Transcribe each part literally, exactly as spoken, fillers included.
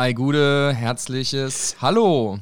Hi, Gude, herzliches Hallo.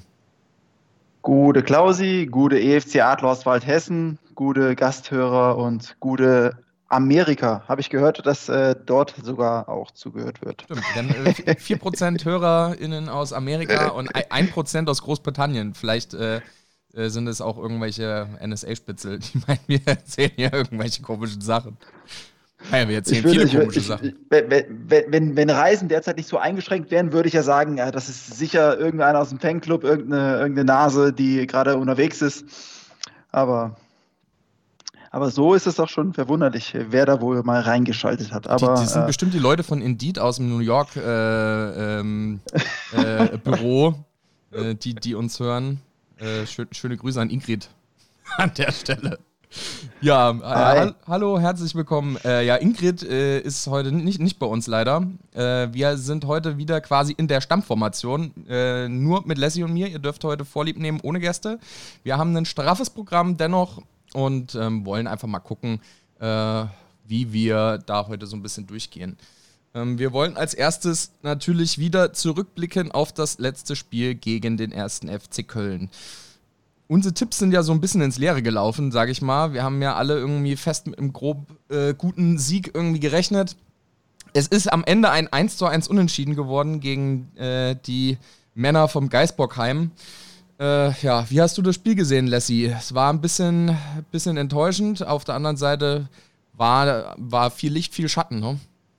Gute Klausi, gute E F C Adler Waldhessen, gute Gasthörer und gute Amerika. Habe ich gehört, dass äh, dort sogar auch zugehört wird. Stimmt, wir haben äh, vier Prozent HörerInnen aus Amerika und ein Prozent aus Großbritannien. Vielleicht äh, äh, sind es auch irgendwelche N S A-Spitzel, die meinen, wir erzählen ja irgendwelche komischen Sachen. Naja, wir erzählen Ich würde, viele ich, komische ich, Sachen. wenn, wenn, wenn Reisen derzeit nicht so eingeschränkt wären, würde ich ja sagen, ja, das ist sicher irgendeiner aus dem Fanclub, irgendeine, irgendeine Nase, die gerade unterwegs ist. Aber, aber so ist es doch schon verwunderlich, wer da wohl mal reingeschaltet hat. Die, die sind Aber bestimmt die Leute von Indeed aus dem New York äh, ähm, äh, Büro, äh, die, die uns hören. Äh, schön, schöne Grüße an Ingrid an der Stelle. Ja, äh, ha- hallo, herzlich willkommen. Äh, ja, Ingrid äh, ist heute nicht, nicht bei uns leider. Äh, wir sind heute wieder quasi in der Stammformation, äh, nur mit Lassie und mir. Ihr dürft heute Vorlieb nehmen ohne Gäste. Wir haben ein straffes Programm dennoch und ähm, wollen einfach mal gucken, äh, wie wir da heute so ein bisschen durchgehen. Ähm, wir wollen als erstes natürlich wieder zurückblicken auf das letzte Spiel gegen den ersten F C Köln. Unsere Tipps sind ja so ein bisschen ins Leere gelaufen, sage ich mal. Wir haben ja alle irgendwie fest mit einem grob äh, guten Sieg irgendwie gerechnet. Es ist am Ende ein eins zu eins Unentschieden geworden gegen äh, die Männer vom Geisbockheim. Äh, ja, wie hast du das Spiel gesehen, Lassie? Es war ein bisschen, bisschen enttäuschend. Auf der anderen Seite war, war viel Licht, viel Schatten, ne?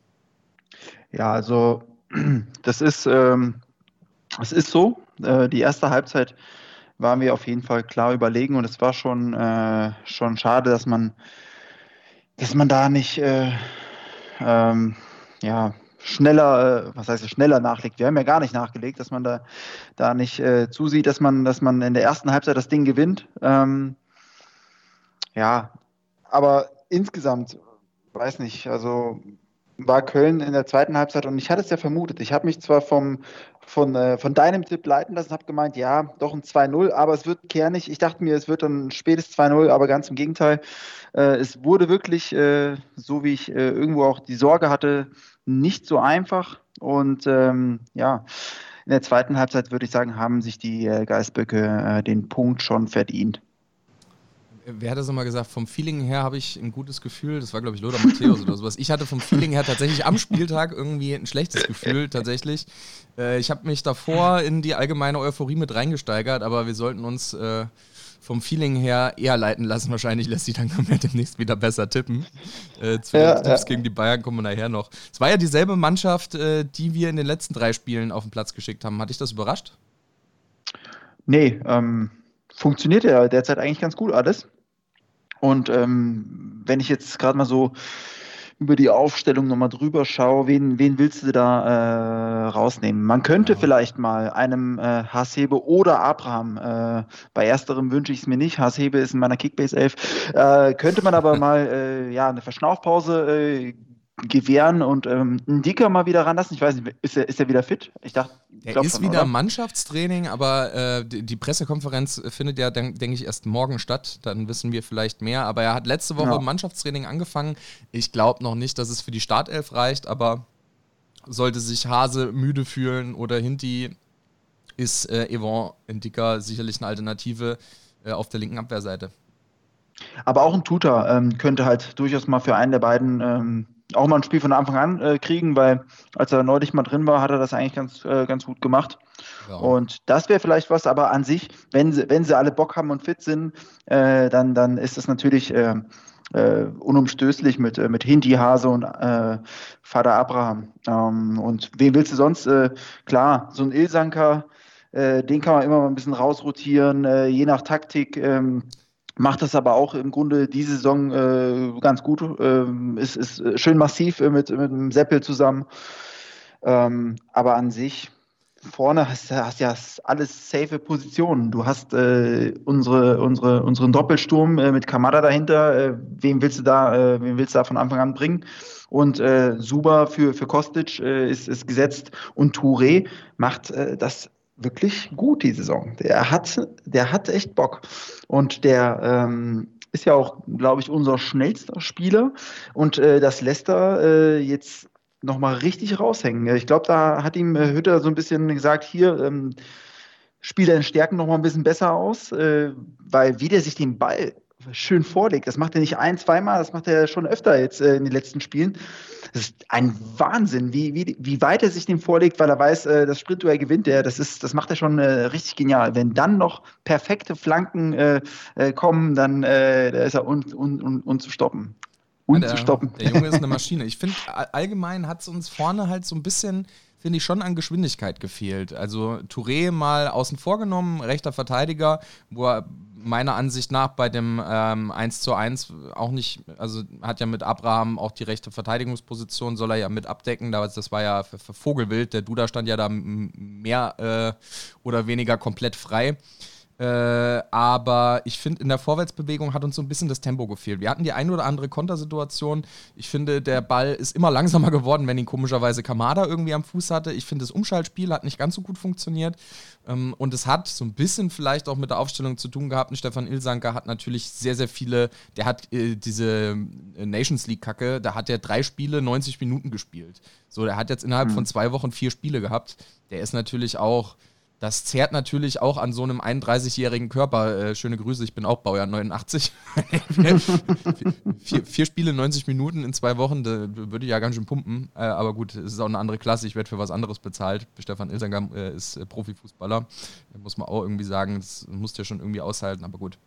ja, also das ist, ähm, das ist so. Äh, die erste Halbzeit waren wir auf jeden Fall klar überlegen und es war schon, äh, schon schade, dass man, dass man da nicht äh, ähm, ja, schneller, äh, was heißt schneller nachlegt. Wir haben ja gar nicht nachgelegt, dass man da, da nicht äh, zusieht, dass man, dass man in der ersten Halbzeit das Ding gewinnt. Ähm, ja, aber insgesamt, weiß nicht, also war Köln in der zweiten Halbzeit und ich hatte es ja vermutet. Ich habe mich zwar vom, von, äh, von deinem Tipp leiten lassen, habe gemeint, ja, doch ein zwei null, aber es wird kernig. Ich dachte mir, es wird dann ein spätes zwei null, aber ganz im Gegenteil. Äh, es wurde wirklich, äh, so wie ich äh, irgendwo auch die Sorge hatte, nicht so einfach. Und ähm, ja, in der zweiten Halbzeit würde ich sagen, haben sich die äh, Geißböcke äh, den Punkt schon verdient. Wer hat das nochmal gesagt? Vom Feeling her habe ich ein gutes Gefühl. Das war, glaube ich, Lothar Matthäus oder sowas. Ich hatte vom Feeling her tatsächlich am Spieltag irgendwie ein schlechtes Gefühl, tatsächlich. Äh, ich habe mich davor in die allgemeine Euphorie mit reingesteigert, aber wir sollten uns äh, vom Feeling her eher leiten lassen. Wahrscheinlich lässt sich dann können wir demnächst wieder besser tippen. Äh, zu Ja, den Tipps ja. gegen die Bayern kommen wir nachher noch. Es war ja dieselbe Mannschaft, äh, die wir in den letzten drei Spielen auf den Platz geschickt haben. Hat dich das überrascht? Nee, ähm, funktioniert ja derzeit eigentlich ganz gut alles. Und ähm, wenn ich jetzt gerade mal so über die Aufstellung nochmal drüber schaue, wen, wen willst du da äh, rausnehmen? Man könnte Ja. vielleicht mal einem äh, Hasebe oder Abraham, äh, bei ersterem wünsche ich es mir nicht, Hasebe ist in meiner Kickbase elf, äh, könnte man aber mal äh, ja, eine Verschnaufpause äh, gewähren und ähm, einen Dicker mal wieder ranlassen. Ich weiß nicht, ist er, ist er wieder fit? Ich dachte, ich Er glaube ist schon, wieder oder? Mannschaftstraining, aber äh, die, die Pressekonferenz findet ja, denke denk ich, erst morgen statt. Dann wissen wir vielleicht mehr. Aber er hat letzte Woche Ja. Mannschaftstraining angefangen. Ich glaube noch nicht, dass es für die Startelf reicht, aber sollte sich Hase müde fühlen oder Hinti, ist äh, Yvonne Ndika sicherlich eine Alternative äh, auf der linken Abwehrseite. Aber auch ein Tuta ähm, könnte halt durchaus mal für einen der beiden ähm, auch mal ein Spiel von Anfang an äh, kriegen, weil als er neulich mal drin war, hat er das eigentlich ganz, äh, ganz gut gemacht. Ja. Und das wäre vielleicht was, aber an sich, wenn sie, wenn sie alle Bock haben und fit sind, äh, dann, dann ist das natürlich äh, äh, unumstößlich mit, äh, mit Hindi, Hase und äh, Vater Abraham. Ähm, und wen willst du sonst? Äh, klar, so ein Ilsanker, äh, den kann man immer mal ein bisschen rausrotieren, äh, je nach Taktik. Ähm, Macht das aber auch im Grunde diese Saison äh, ganz gut. Ähm, ist, ist schön massiv äh, mit, mit dem Seppel zusammen. Ähm, aber an sich, vorne hast du hast ja alles safe Positionen. Du hast äh, unsere, unsere, unseren Doppelsturm äh, mit Kamada dahinter. Äh, wen willst du da, äh, wen willst du da von Anfang an bringen? Und äh, Suba für, für Kostic äh, ist, ist gesetzt und Touré macht äh, das wirklich gut die Saison. Der hat, der hat echt Bock. Und der ähm, ist ja auch, glaube ich, unser schnellster Spieler. Und äh, dass Leicester äh, jetzt nochmal richtig raushängen. Ich glaube, da hat ihm äh, Hütter so ein bisschen gesagt, hier, ähm, spiel deine Stärken nochmal ein bisschen besser aus, äh, weil wie der sich den Ball schön vorlegt, das macht er nicht ein, zweimal, das macht er schon öfter jetzt äh, in den letzten Spielen. Das ist ein Wahnsinn, wie, wie, wie weit er sich den vorlegt, weil er weiß, äh, das Sprintduell gewinnt er. Das ist, das macht er schon äh, richtig genial. Wenn dann noch perfekte Flanken äh, äh, kommen, dann äh, da ist er un, un, un, unzustoppen. Ja, Unzustoppen. der, der Junge ist eine Maschine. Ich finde, allgemein hat es uns vorne halt so ein bisschen, finde ich, schon an Geschwindigkeit gefehlt. Also Touré mal außen vor genommen, rechter Verteidiger, wo er meiner Ansicht nach bei dem ähm, eins zu eins auch nicht, also hat ja mit Abraham auch die rechte Verteidigungsposition, soll er ja mit abdecken, das war ja für, für Vogelwild, der Duda stand ja da mehr äh, oder weniger komplett frei. Äh, aber ich finde, in der Vorwärtsbewegung hat uns so ein bisschen das Tempo gefehlt. Wir hatten die ein oder andere Kontersituation. Ich finde, der Ball ist immer langsamer geworden, wenn ihn komischerweise Kamada irgendwie am Fuß hatte. Ich finde, das Umschaltspiel hat nicht ganz so gut funktioniert. Ähm, und es hat so ein bisschen vielleicht auch mit der Aufstellung zu tun gehabt. Und Stefan Ilsanker hat natürlich sehr, sehr viele, der hat äh, diese Nations League-Kacke, da hat er drei Spiele, neunzig Minuten gespielt. So, der hat jetzt innerhalb mhm. von zwei Wochen vier Spiele gehabt. Der ist natürlich auch Das zehrt natürlich auch an so einem einunddreißigjährigen Körper. Äh, schöne Grüße, ich bin auch Baujahr neunundachtzig. vier, vier Spiele, neunzig Minuten in zwei Wochen, da würde ich ja ganz schön pumpen. Äh, aber gut, es ist auch eine andere Klasse, ich werde für was anderes bezahlt. Stefan Ilsanker äh, ist äh, Profifußballer. Da muss man auch irgendwie sagen, das musst du ja schon irgendwie aushalten, aber gut.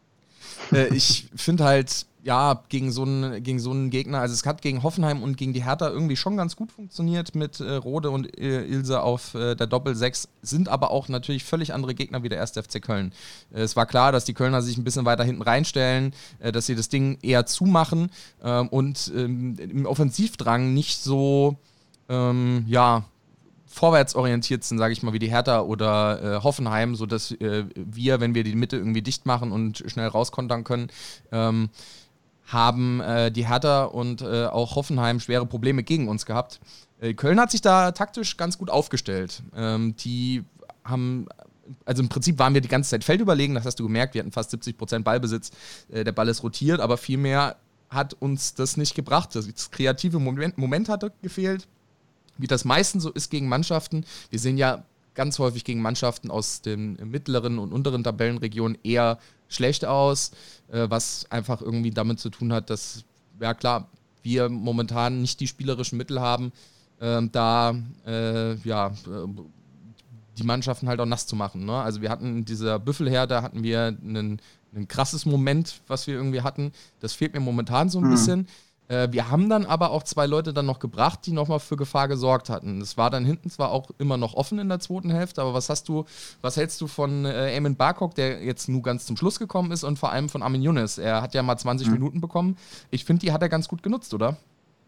Äh, ich finde halt, ja, gegen so einen gegen so einen Gegner, also es hat gegen Hoffenheim und gegen die Hertha irgendwie schon ganz gut funktioniert mit äh, Rode und äh, Ilse auf äh, der Doppel-Sechs, sind aber auch natürlich völlig andere Gegner wie der erste F C Köln. Äh, es war klar, dass die Kölner sich ein bisschen weiter hinten reinstellen, äh, dass sie das Ding eher zumachen äh, und ähm, im Offensivdrang nicht so, ähm, ja, vorwärtsorientiert sind, sage ich mal, wie die Hertha oder äh, Hoffenheim, sodass äh, wir, wenn wir die Mitte irgendwie dicht machen und schnell rauskontern können, ähm, haben äh, die Hertha und äh, auch Hoffenheim schwere Probleme gegen uns gehabt. Äh, Köln hat sich da taktisch ganz gut aufgestellt. Ähm, die haben, also im Prinzip waren wir die ganze Zeit feldüberlegen, das hast du gemerkt, wir hatten fast siebzig Prozent Ballbesitz, äh, der Ball ist rotiert, aber viel mehr hat uns das nicht gebracht. Das, das kreative Moment, Moment hatte gefehlt. Wie das meistens so ist gegen Mannschaften. Wir sehen ja ganz häufig gegen Mannschaften aus den mittleren und unteren Tabellenregionen eher schlecht aus, äh, was einfach irgendwie damit zu tun hat, dass, ja klar, wir momentan nicht die spielerischen Mittel haben, äh, da äh, ja, die Mannschaften halt auch nass zu machen. Ne? Also wir hatten in dieser Büffelherde, hatten wir einen, ein krasses Moment, was wir irgendwie hatten. Das fehlt mir momentan so ein mhm. bisschen. Wir haben dann aber auch zwei Leute dann noch gebracht, die nochmal für Gefahr gesorgt hatten. Es war dann hinten zwar auch immer noch offen in der zweiten Hälfte, aber was hast du, was hältst du von äh, Eamon Barkok, der jetzt nur ganz zum Schluss gekommen ist, und vor allem von Armin Younes? Er hat ja mal zwanzig mhm. Minuten bekommen. Ich finde, die hat er ganz gut genutzt, oder?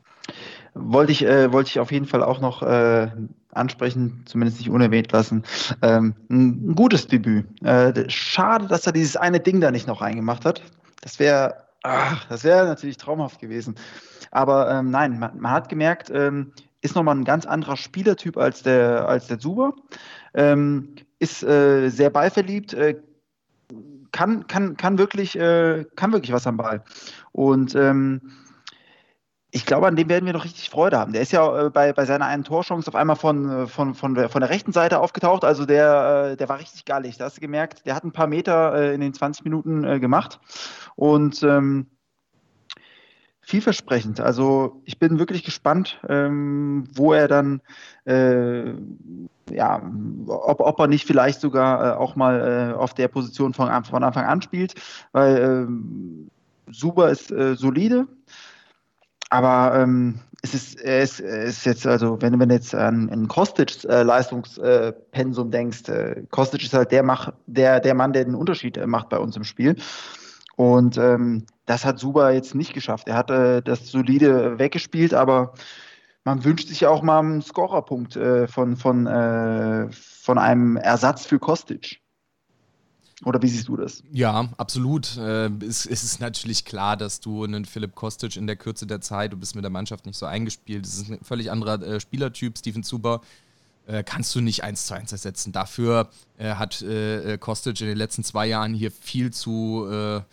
Wollte ich, äh, wollte ich auf jeden Fall auch noch äh, ansprechen, zumindest nicht unerwähnt lassen. Ähm, ein gutes Debüt. Äh, schade, dass er dieses eine Ding da nicht noch reingemacht hat. Das wäre Ach, das wäre natürlich traumhaft gewesen. Aber ähm, nein, man, man hat gemerkt, ähm, ist nochmal ein ganz anderer Spielertyp als der, als der Zuber. Ähm, ist äh, sehr ballverliebt, äh, kann, kann, kann, wirklich, äh, kann wirklich was am Ball. Und ähm, ich glaube, an dem werden wir noch richtig Freude haben. Der ist ja äh, bei, bei seiner einen Torchance auf einmal von, von, von, der, von der rechten Seite aufgetaucht. Also der, äh, der war richtig gallig. Da hast du gemerkt, der hat ein paar Meter äh, in den zwanzig Minuten äh, gemacht. Und ähm, vielversprechend. Also ich bin wirklich gespannt, ähm, wo er dann, äh, ja, ob, ob er nicht vielleicht sogar äh, auch mal äh, auf der Position von, von Anfang an spielt. Weil ähm, Suber ist äh, solide. Aber ähm, es ist, es ist jetzt, also wenn, wenn du jetzt an, an Kostic's äh, Leistungspensum äh, denkst, äh, Kostic ist halt der, Mach, der, der Mann, der den Unterschied äh, macht bei uns im Spiel. Und ähm, das hat Suber jetzt nicht geschafft. Er hat äh, das solide weggespielt, aber man wünscht sich ja auch mal einen Scorerpunkt äh, von, von, äh, von einem Ersatz für Kostic. Oder wie siehst du das? Ja, absolut. Äh, es, es ist natürlich klar, dass du einen Philipp Kostic in der Kürze der Zeit, du bist mit der Mannschaft nicht so eingespielt, das ist ein völlig anderer äh, Spielertyp, Steven Zuber, äh, kannst du nicht eins zu eins ersetzen. Dafür äh, hat äh, Kostic in den letzten zwei Jahren hier viel zu, äh,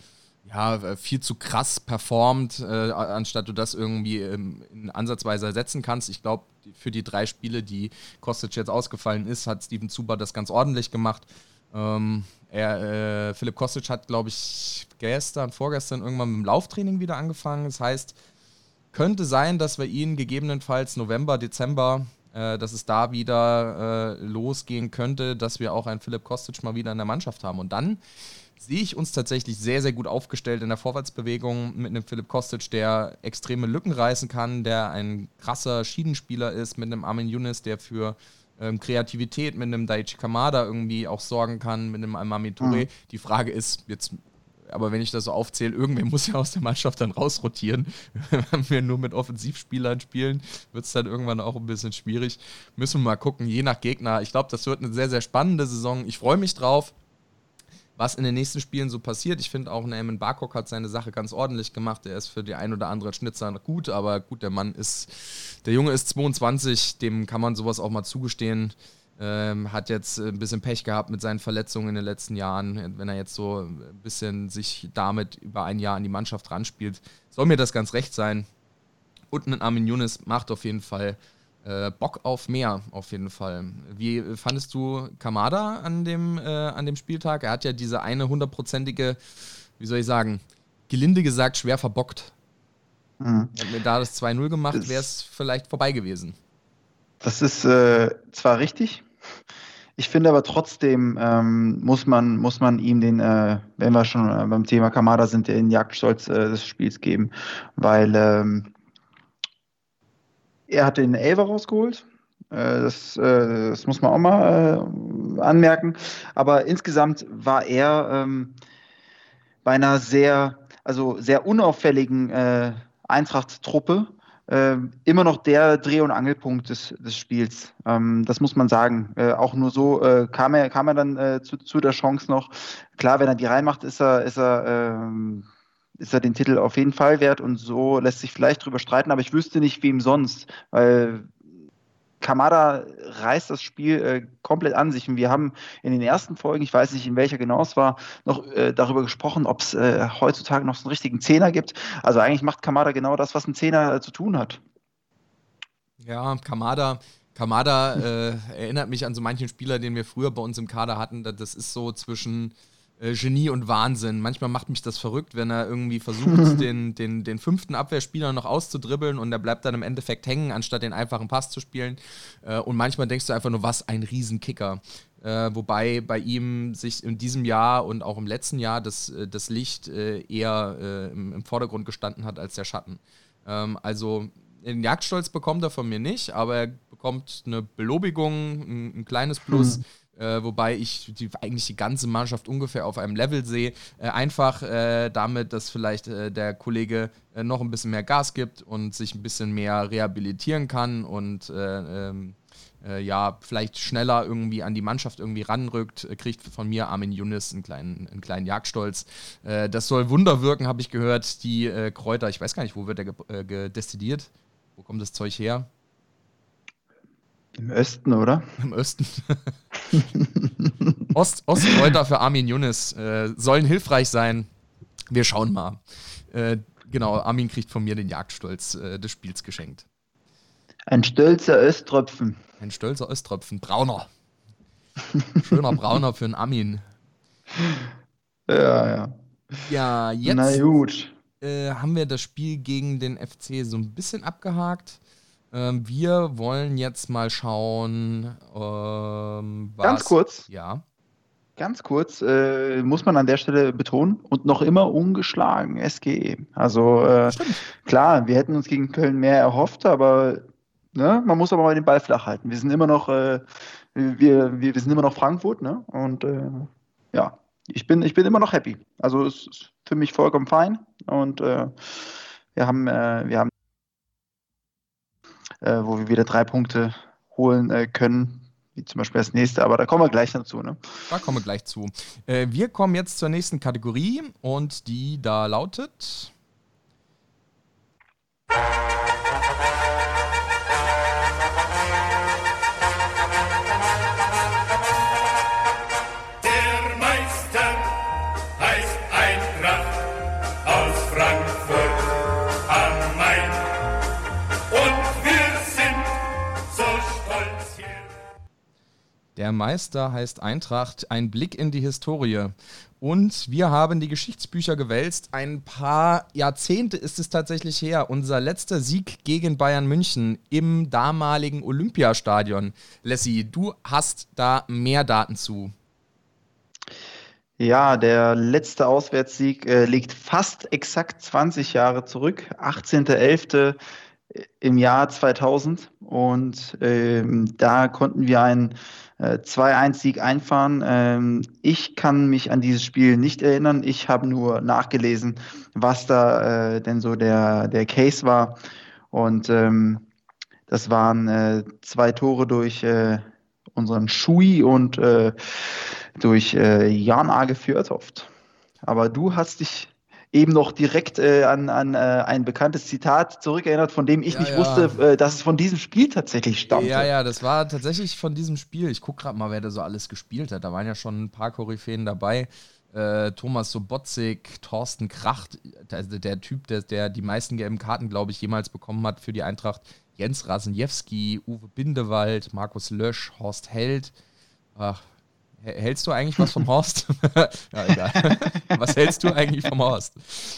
ja, viel zu krass performt, äh, anstatt du das irgendwie ähm, in ansatzweise ersetzen kannst. Ich glaube, für die drei Spiele, die Kostic jetzt ausgefallen ist, hat Steven Zuber das ganz ordentlich gemacht. Ähm, er, äh, Philipp Kostic hat, glaube ich, gestern, vorgestern irgendwann mit dem Lauftraining wieder angefangen. Das heißt, könnte sein, dass wir ihn gegebenenfalls November, Dezember, äh, dass es da wieder äh, losgehen könnte, dass wir auch einen Philipp Kostic mal wieder in der Mannschaft haben. Und dann sehe ich uns tatsächlich sehr, sehr gut aufgestellt in der Vorwärtsbewegung mit einem Philipp Kostic, der extreme Lücken reißen kann, der ein krasser Schiedenspieler ist, mit einem Armin Younes, der für ähm, Kreativität, mit einem Daichi Kamada irgendwie auch sorgen kann, mit einem Almami Touré. Mhm. Die Frage ist jetzt, aber wenn ich das so aufzähle, irgendwer muss ja aus der Mannschaft dann rausrotieren. Wenn wir nur mit Offensivspielern spielen, wird es dann irgendwann auch ein bisschen schwierig. Müssen wir mal gucken, je nach Gegner. Ich glaube, das wird eine sehr, sehr spannende Saison. Ich freue mich drauf, was in den nächsten Spielen so passiert. Ich finde auch, Eamon Barkok hat seine Sache ganz ordentlich gemacht. Er ist für die ein oder andere Schnitzer gut, aber gut, der Mann ist, der Junge ist zweiundzwanzig, dem kann man sowas auch mal zugestehen. Ähm, hat jetzt ein bisschen Pech gehabt mit seinen Verletzungen in den letzten Jahren. Wenn er jetzt so ein bisschen sich damit über ein Jahr an die Mannschaft ranspielt, soll mir das ganz recht sein. Und ein Armin Younes macht auf jeden Fall Äh, Bock auf mehr, auf jeden Fall. Wie fandest du Kamada an dem, äh, an dem Spieltag? Er hat ja diese eine hundertprozentige, wie soll ich sagen, gelinde gesagt, schwer verbockt. Mhm. Hätten wir da das zwei null gemacht, wäre es vielleicht vorbei gewesen. Das ist äh, zwar richtig, ich finde aber trotzdem ähm, muss man, muss man ihm den, äh, wenn wir schon äh, beim Thema Kamada sind, den Jagdstolz äh, des Spiels geben, weil ähm, er hat den Elfer rausgeholt. Äh, das, äh, das muss man auch mal äh, anmerken. Aber insgesamt war er ähm, bei einer sehr, also sehr unauffälligen äh, Eintracht-Truppe äh, immer noch der Dreh- und Angelpunkt des, des Spiels. Ähm, das muss man sagen. Äh, auch nur so äh, kam er, kam er dann äh, zu, zu der Chance noch. Klar, wenn er die reinmacht, ist er, ist er ähm, ist er den Titel auf jeden Fall wert und so lässt sich vielleicht drüber streiten, aber ich wüsste nicht, wem sonst, weil Kamada reißt das Spiel äh, komplett an sich und wir haben in den ersten Folgen, ich weiß nicht, in welcher genau es war, noch äh, darüber gesprochen, ob es äh, heutzutage noch so einen richtigen Zehner gibt. Also eigentlich macht Kamada genau das, was ein Zehner äh, zu tun hat. Ja, Kamada, Kamada äh, erinnert mich an so manchen Spieler, den wir früher bei uns im Kader hatten. Das ist so zwischen Genie und Wahnsinn. Manchmal macht mich das verrückt, wenn er irgendwie versucht, den, den, den fünften Abwehrspieler noch auszudribbeln und der bleibt dann im Endeffekt hängen, anstatt den einfachen Pass zu spielen. Und manchmal denkst du einfach nur, was ein Riesenkicker. Äh, wobei bei ihm sich in diesem Jahr und auch im letzten Jahr das, das Licht äh, eher äh, im, im Vordergrund gestanden hat als der Schatten. Ähm, also den Jagdstolz bekommt er von mir nicht, aber er bekommt eine Belobigung, ein, ein kleines Plus. Hm. Äh, wobei ich die, eigentlich die ganze Mannschaft ungefähr auf einem Level sehe. Äh, einfach äh, damit, dass vielleicht äh, der Kollege äh, noch ein bisschen mehr Gas gibt und sich ein bisschen mehr rehabilitieren kann und äh, ähm, äh, ja, vielleicht schneller irgendwie an die Mannschaft irgendwie ranrückt, äh, kriegt von mir Armin Younes einen kleinen, einen kleinen Jagdstolz. Äh, das soll Wunder wirken, habe ich gehört. Die äh, Kräuter, ich weiß gar nicht, wo wird der ge- äh, gedestilliert? Wo kommt das Zeug her? Im Osten, oder? Im Osten. Ost, Ostkräuter für Armin Younes äh, sollen hilfreich sein. Wir schauen mal. Äh, genau, Armin kriegt von mir den Jagdstolz äh, des Spiels geschenkt. Ein stolzer Öströpfen. Ein stolzer Öströpfen. Brauner. Schöner Brauner für einen Armin. Ja, ja. Ja, jetzt Na gut. Äh, haben wir das Spiel gegen den F C so ein bisschen abgehakt. Ähm, wir wollen jetzt mal schauen, ähm, was... Ganz kurz. Ja. Ganz kurz, äh, muss man an der Stelle betonen, und noch immer ungeschlagen, S G E. Also äh, klar, wir hätten uns gegen Köln mehr erhofft, aber ne, man muss aber mal den Ball flach halten. Wir sind immer noch, äh, wir, wir, wir sind immer noch Frankfurt, ne? Und äh, ja, ich bin, ich bin immer noch happy. Also es ist für mich vollkommen fein. Und äh, wir haben, äh, wir haben äh, wo wir wieder drei Punkte holen äh, können. Wie zum Beispiel das nächste, aber da kommen wir gleich dazu. Ne? Da kommen wir gleich zu. Äh, wir kommen jetzt zur nächsten Kategorie und die da lautet... Der Meister heißt Eintracht Der Meister heißt Eintracht, ein Blick in die Historie. Und wir haben die Geschichtsbücher gewälzt. Ein paar Jahrzehnte ist es tatsächlich her. Unser letzter Sieg gegen Bayern München im damaligen Olympiastadion. Lassie, du hast da mehr Daten zu. Ja, der letzte Auswärtssieg äh, liegt fast exakt zwanzig Jahre zurück, achtzehnter elfter im Jahr zweitausend. Und ähm, da konnten wir einen äh, zwei eins Sieg einfahren. Ähm, ich kann mich an dieses Spiel nicht erinnern. Ich habe nur nachgelesen, was da äh, denn so der, der Case war. Und ähm, das waren äh, zwei Tore durch äh, unseren Schui und äh, durch äh, Jan Age Fjørtoft. Aber du hast dich eben noch direkt äh, an, an äh, ein bekanntes Zitat zurückerinnert, von dem ich Ja, nicht ja. wusste, äh, dass es von diesem Spiel tatsächlich stammte. Ja, ja, das war tatsächlich von diesem Spiel. Ich gucke gerade mal, wer da so alles gespielt hat. Da waren ja schon ein paar Koryphäen dabei. Äh, Thomas Sobotzig, Thorsten Kracht, also der Typ, der, der die meisten gelben Karten, glaube ich, jemals bekommen hat für die Eintracht. Jens Rasenjewski, Uwe Bindewald, Markus Lösch, Horst Held. Ach, hältst du eigentlich was vom Horst? Ja, egal. Was hältst du eigentlich vom Horst?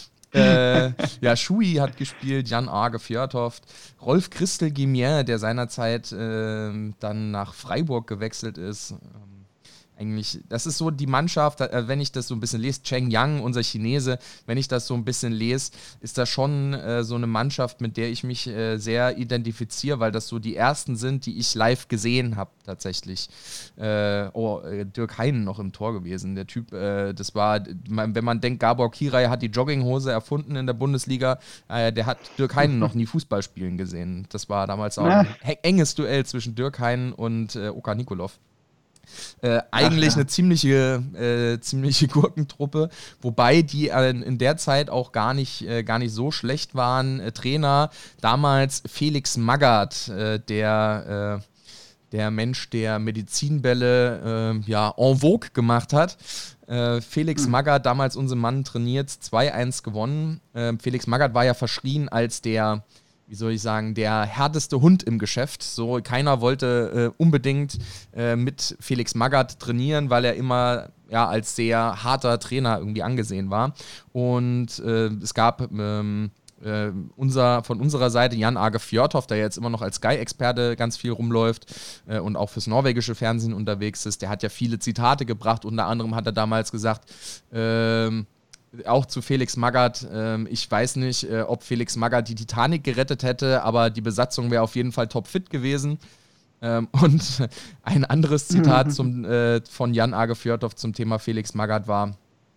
äh, ja, Schui hat gespielt, Jan Age Fjørtoft, Rolf Christel Guimier, der seinerzeit äh, dann nach Freiburg gewechselt ist. Ähm, eigentlich, das ist so die Mannschaft, äh, wenn ich das so ein bisschen lese, Cheng Yang, unser Chinese, wenn ich das so ein bisschen lese, ist das schon äh, so eine Mannschaft, mit der ich mich äh, sehr identifiziere, weil das so die ersten sind, die ich live gesehen habe tatsächlich. Äh, oh, äh, Dirk Heinen noch im Tor gewesen, der Typ, äh, das war, wenn man denkt, Gabor Kirai hat die Jogginghose erfunden in der Bundesliga, äh, der hat Dirk Heinen noch nie Fußball spielen gesehen. Das war damals auch ein enges Duell zwischen Dirk Heinen und äh, Oka Nikolov. Äh, eigentlich Ach, ja. eine ziemliche, äh, ziemliche Gurkentruppe, wobei die äh, in der Zeit auch gar nicht, äh, gar nicht so schlecht waren. Äh, Trainer damals Felix Magath, äh, der, äh, der Mensch, der Medizinbälle äh, ja, en vogue gemacht hat. Äh, Felix mhm. Magath, damals unser Mann, trainiert, zwei eins gewonnen. Äh, Felix Magath war ja verschrien als der, wie soll ich sagen, der härteste Hund im Geschäft. So, keiner wollte äh, unbedingt äh, mit Felix Magath trainieren, weil er immer ja, als sehr harter Trainer irgendwie angesehen war. Und äh, es gab ähm, äh, unser, von unserer Seite Jan Age Fjørtoft, der jetzt immer noch als Sky-Experte ganz viel rumläuft äh, und auch fürs norwegische Fernsehen unterwegs ist. Der hat ja viele Zitate gebracht. Unter anderem hat er damals gesagt, ähm, auch zu Felix Magath, äh, ich weiß nicht, äh, ob Felix Magath die Titanic gerettet hätte, aber die Besatzung wäre auf jeden Fall topfit gewesen. Ähm, und ein anderes Zitat zum, äh, von Jan Age Fjørtoft zum Thema Felix Magath war,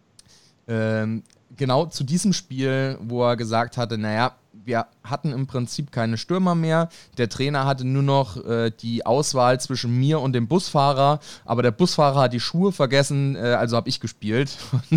ähm, genau zu diesem Spiel, wo er gesagt hatte, naja, wir hatten im Prinzip keine Stürmer mehr. Der Trainer hatte nur noch äh, die Auswahl zwischen mir und dem Busfahrer, aber der Busfahrer hat die Schuhe vergessen, äh, also habe ich gespielt.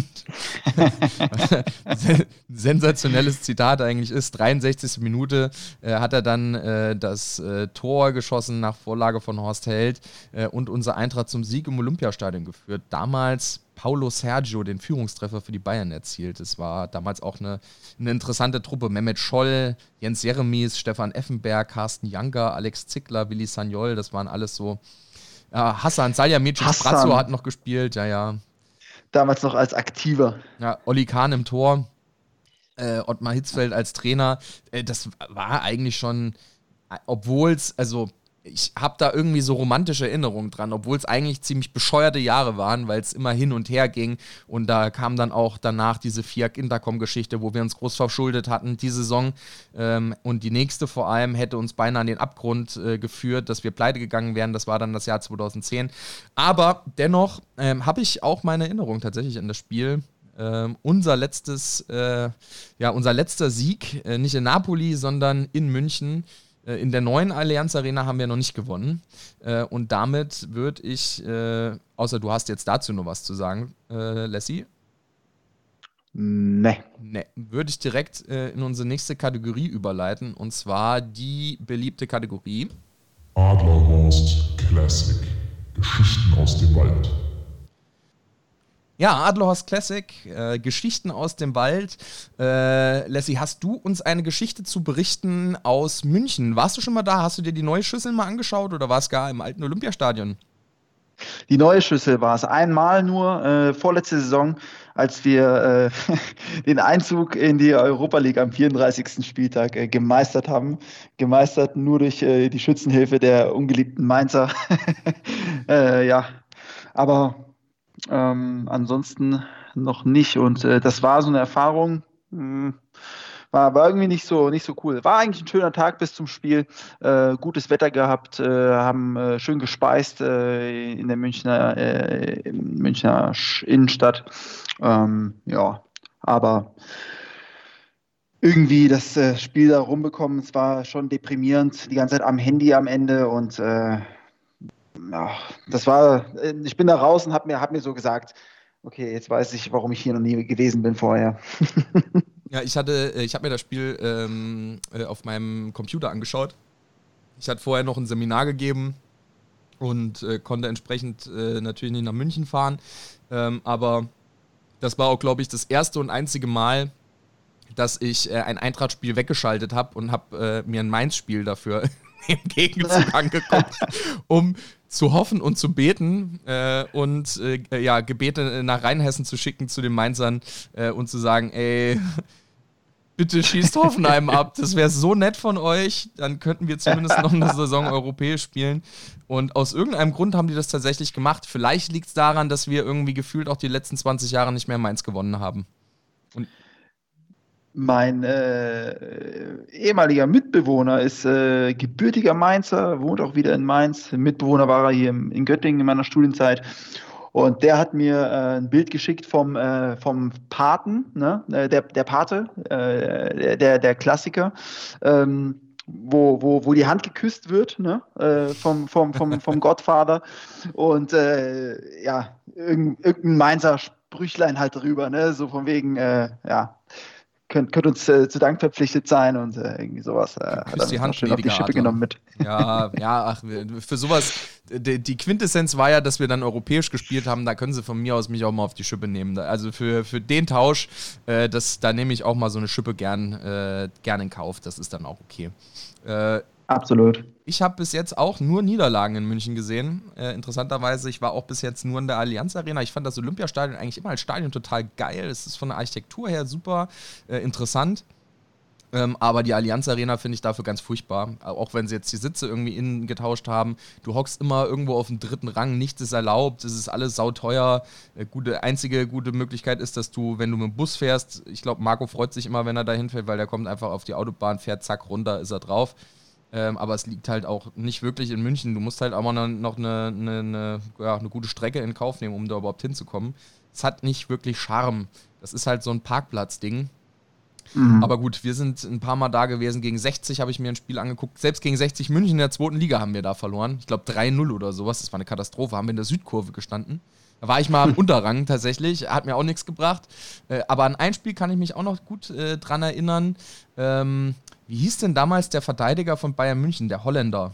Sensationelles Zitat eigentlich ist, dreiundsechzigste Minute äh, hat er dann äh, das äh, Tor geschossen nach Vorlage von Horst Held äh, und unser Eintracht zum Sieg im Olympiastadion geführt. Damals Paulo Sergio den Führungstreffer für die Bayern erzielt. Es war damals auch eine, eine interessante Truppe. Mehmet Scholl, Jens Jeremies, Stefan Effenberg, Carsten Janker, Alex Zickler, Willi Sagnol, das waren alles so. Äh, Hassan Salihamidzic Sprazzo hat noch gespielt, ja, ja. Damals noch als Aktiver. Ja, Olli Kahn im Tor, äh, Ottmar Hitzfeld als Trainer. Äh, das war eigentlich schon, obwohl es, also ich habe da irgendwie so romantische Erinnerungen dran, obwohl es eigentlich ziemlich bescheuerte Jahre waren, weil es immer hin und her ging und da kam dann auch danach diese Fiat Intercom-Geschichte, wo wir uns groß verschuldet hatten, die Saison ähm, und die nächste vor allem hätte uns beinahe an den Abgrund äh, geführt, dass wir pleite gegangen wären, das war dann das Jahr zweitausendzehn, aber dennoch ähm, habe ich auch meine Erinnerung tatsächlich an das Spiel. Ähm, unser letztes, äh, ja, unser letzter Sieg, äh, nicht in Napoli, sondern in München. In der neuen Allianz Arena haben wir noch nicht gewonnen. Äh, und damit würde ich, äh, außer du hast jetzt dazu noch was zu sagen, äh, Lassie? Nee. Nee. Würde ich direkt äh, in unsere nächste Kategorie überleiten. Und zwar die beliebte Kategorie Adlerhorst Classic. Geschichten aus dem Wald. Ja, Adlerhorst Classic, äh, Geschichten aus dem Wald. Äh, Lassie, hast du uns eine Geschichte zu berichten aus München? Warst du schon mal da? Hast du dir die neue Schüssel mal angeschaut oder warst du gar im alten Olympiastadion? Die neue Schüssel war es. Einmal nur, äh, vorletzte Saison, als wir äh, den Einzug in die Europa League am vierunddreißigsten Spieltag äh, gemeistert haben. Gemeistert nur durch äh, die Schützenhilfe der ungeliebten Mainzer. äh, ja, aber ähm, ansonsten noch nicht. Und äh, das war so eine Erfahrung, mh, war, war irgendwie nicht so, nicht so cool. War eigentlich ein schöner Tag bis zum Spiel. Äh, gutes Wetter gehabt, äh, haben äh, schön gespeist äh, in der Münchner, äh, im Münchner Innenstadt. Ähm, ja, aber irgendwie das äh, Spiel da rumbekommen, es war schon deprimierend, die ganze Zeit am Handy am Ende und äh, ja, das war, äh, ich bin da raus und habe mir, hab mir so gesagt, okay, jetzt weiß ich, warum ich hier noch nie gewesen bin vorher. Ja, ich hatte, ich habe mir das Spiel ähm, auf meinem Computer angeschaut. Ich hatte vorher noch ein Seminar gegeben und äh, konnte entsprechend äh, natürlich nicht nach München fahren. Ähm, aber das war auch, glaube ich, das erste und einzige Mal, dass ich äh, ein Eintracht-Spiel weggeschaltet habe und habe äh, mir ein Mainz-Spiel dafür im Gegenzug angeguckt, um zu hoffen und zu beten äh, und äh, ja, Gebete nach Rheinhessen zu schicken zu den Mainzern äh, und zu sagen, ey, bitte schießt Hoffenheim ab, das wäre so nett von euch, dann könnten wir zumindest noch eine Saison europäisch spielen. Und aus irgendeinem Grund haben die das tatsächlich gemacht. Vielleicht liegt es daran, dass wir irgendwie gefühlt auch die letzten zwanzig Jahre nicht mehr Mainz gewonnen haben. Und Mein äh, ehemaliger Mitbewohner ist äh, gebürtiger Mainzer, wohnt auch wieder in Mainz. Mitbewohner war er hier im, in Göttingen in meiner Studienzeit. Und der hat mir äh, ein Bild geschickt vom, äh, vom Paten, ne? äh, der, der Pate, äh, der, der Klassiker, ähm, wo, wo, wo die Hand geküsst wird, ne? äh, vom, vom, vom, vom Gottvater. Und äh, ja, irgendein, irgendein Mainzer Sprüchlein halt drüber, ne? So von wegen, äh, ja, könnt, könnt uns äh, zu Dank verpflichtet sein und äh, irgendwie sowas. Äh, hat er die Hand schön auf die Schippe genommen mit. Ja, ja, ach, für sowas, die, die Quintessenz war ja, dass wir dann europäisch gespielt haben, da können sie von mir aus mich auch mal auf die Schippe nehmen. Also für, für den Tausch, äh, das, da nehme ich auch mal so eine Schippe gern, äh, gern in Kauf, das ist dann auch okay. Äh, Absolut. Ich habe bis jetzt auch nur Niederlagen in München gesehen. Äh, interessanterweise, ich war auch bis jetzt nur in der Allianz Arena. Ich fand das Olympiastadion eigentlich immer als Stadion total geil. Es ist von der Architektur her super äh, interessant. Ähm, aber die Allianz Arena finde ich dafür ganz furchtbar. Auch wenn sie jetzt die Sitze irgendwie innen getauscht haben. Du hockst immer irgendwo auf dem dritten Rang, nichts ist erlaubt, es ist alles sauteuer. Äh, gute, einzige gute Möglichkeit ist, dass du, wenn du mit dem Bus fährst, ich glaube, Marco freut sich immer, wenn er da hinfährt, weil der kommt einfach auf die Autobahn, fährt, zack, runter, ist er drauf. Ähm, aber es liegt halt auch nicht wirklich in München. Du musst halt auch mal noch eine, eine, eine, ja, eine gute Strecke in Kauf nehmen, um da überhaupt hinzukommen. Es hat nicht wirklich Charme. Das ist halt so ein Parkplatzding. Mhm. Aber gut, wir sind ein paar Mal da gewesen. Gegen sechzig habe ich mir ein Spiel angeguckt. Selbst gegen sechzig München in der zweiten Liga haben wir da verloren. Ich glaube drei null oder sowas. Das war eine Katastrophe. Haben wir in der Südkurve gestanden. Da war ich mal im Unterrang tatsächlich. Hat mir auch nichts gebracht. Äh, aber an ein Spiel kann ich mich auch noch gut äh, dran erinnern. Ähm, wie hieß denn damals der Verteidiger von Bayern München, der Holländer?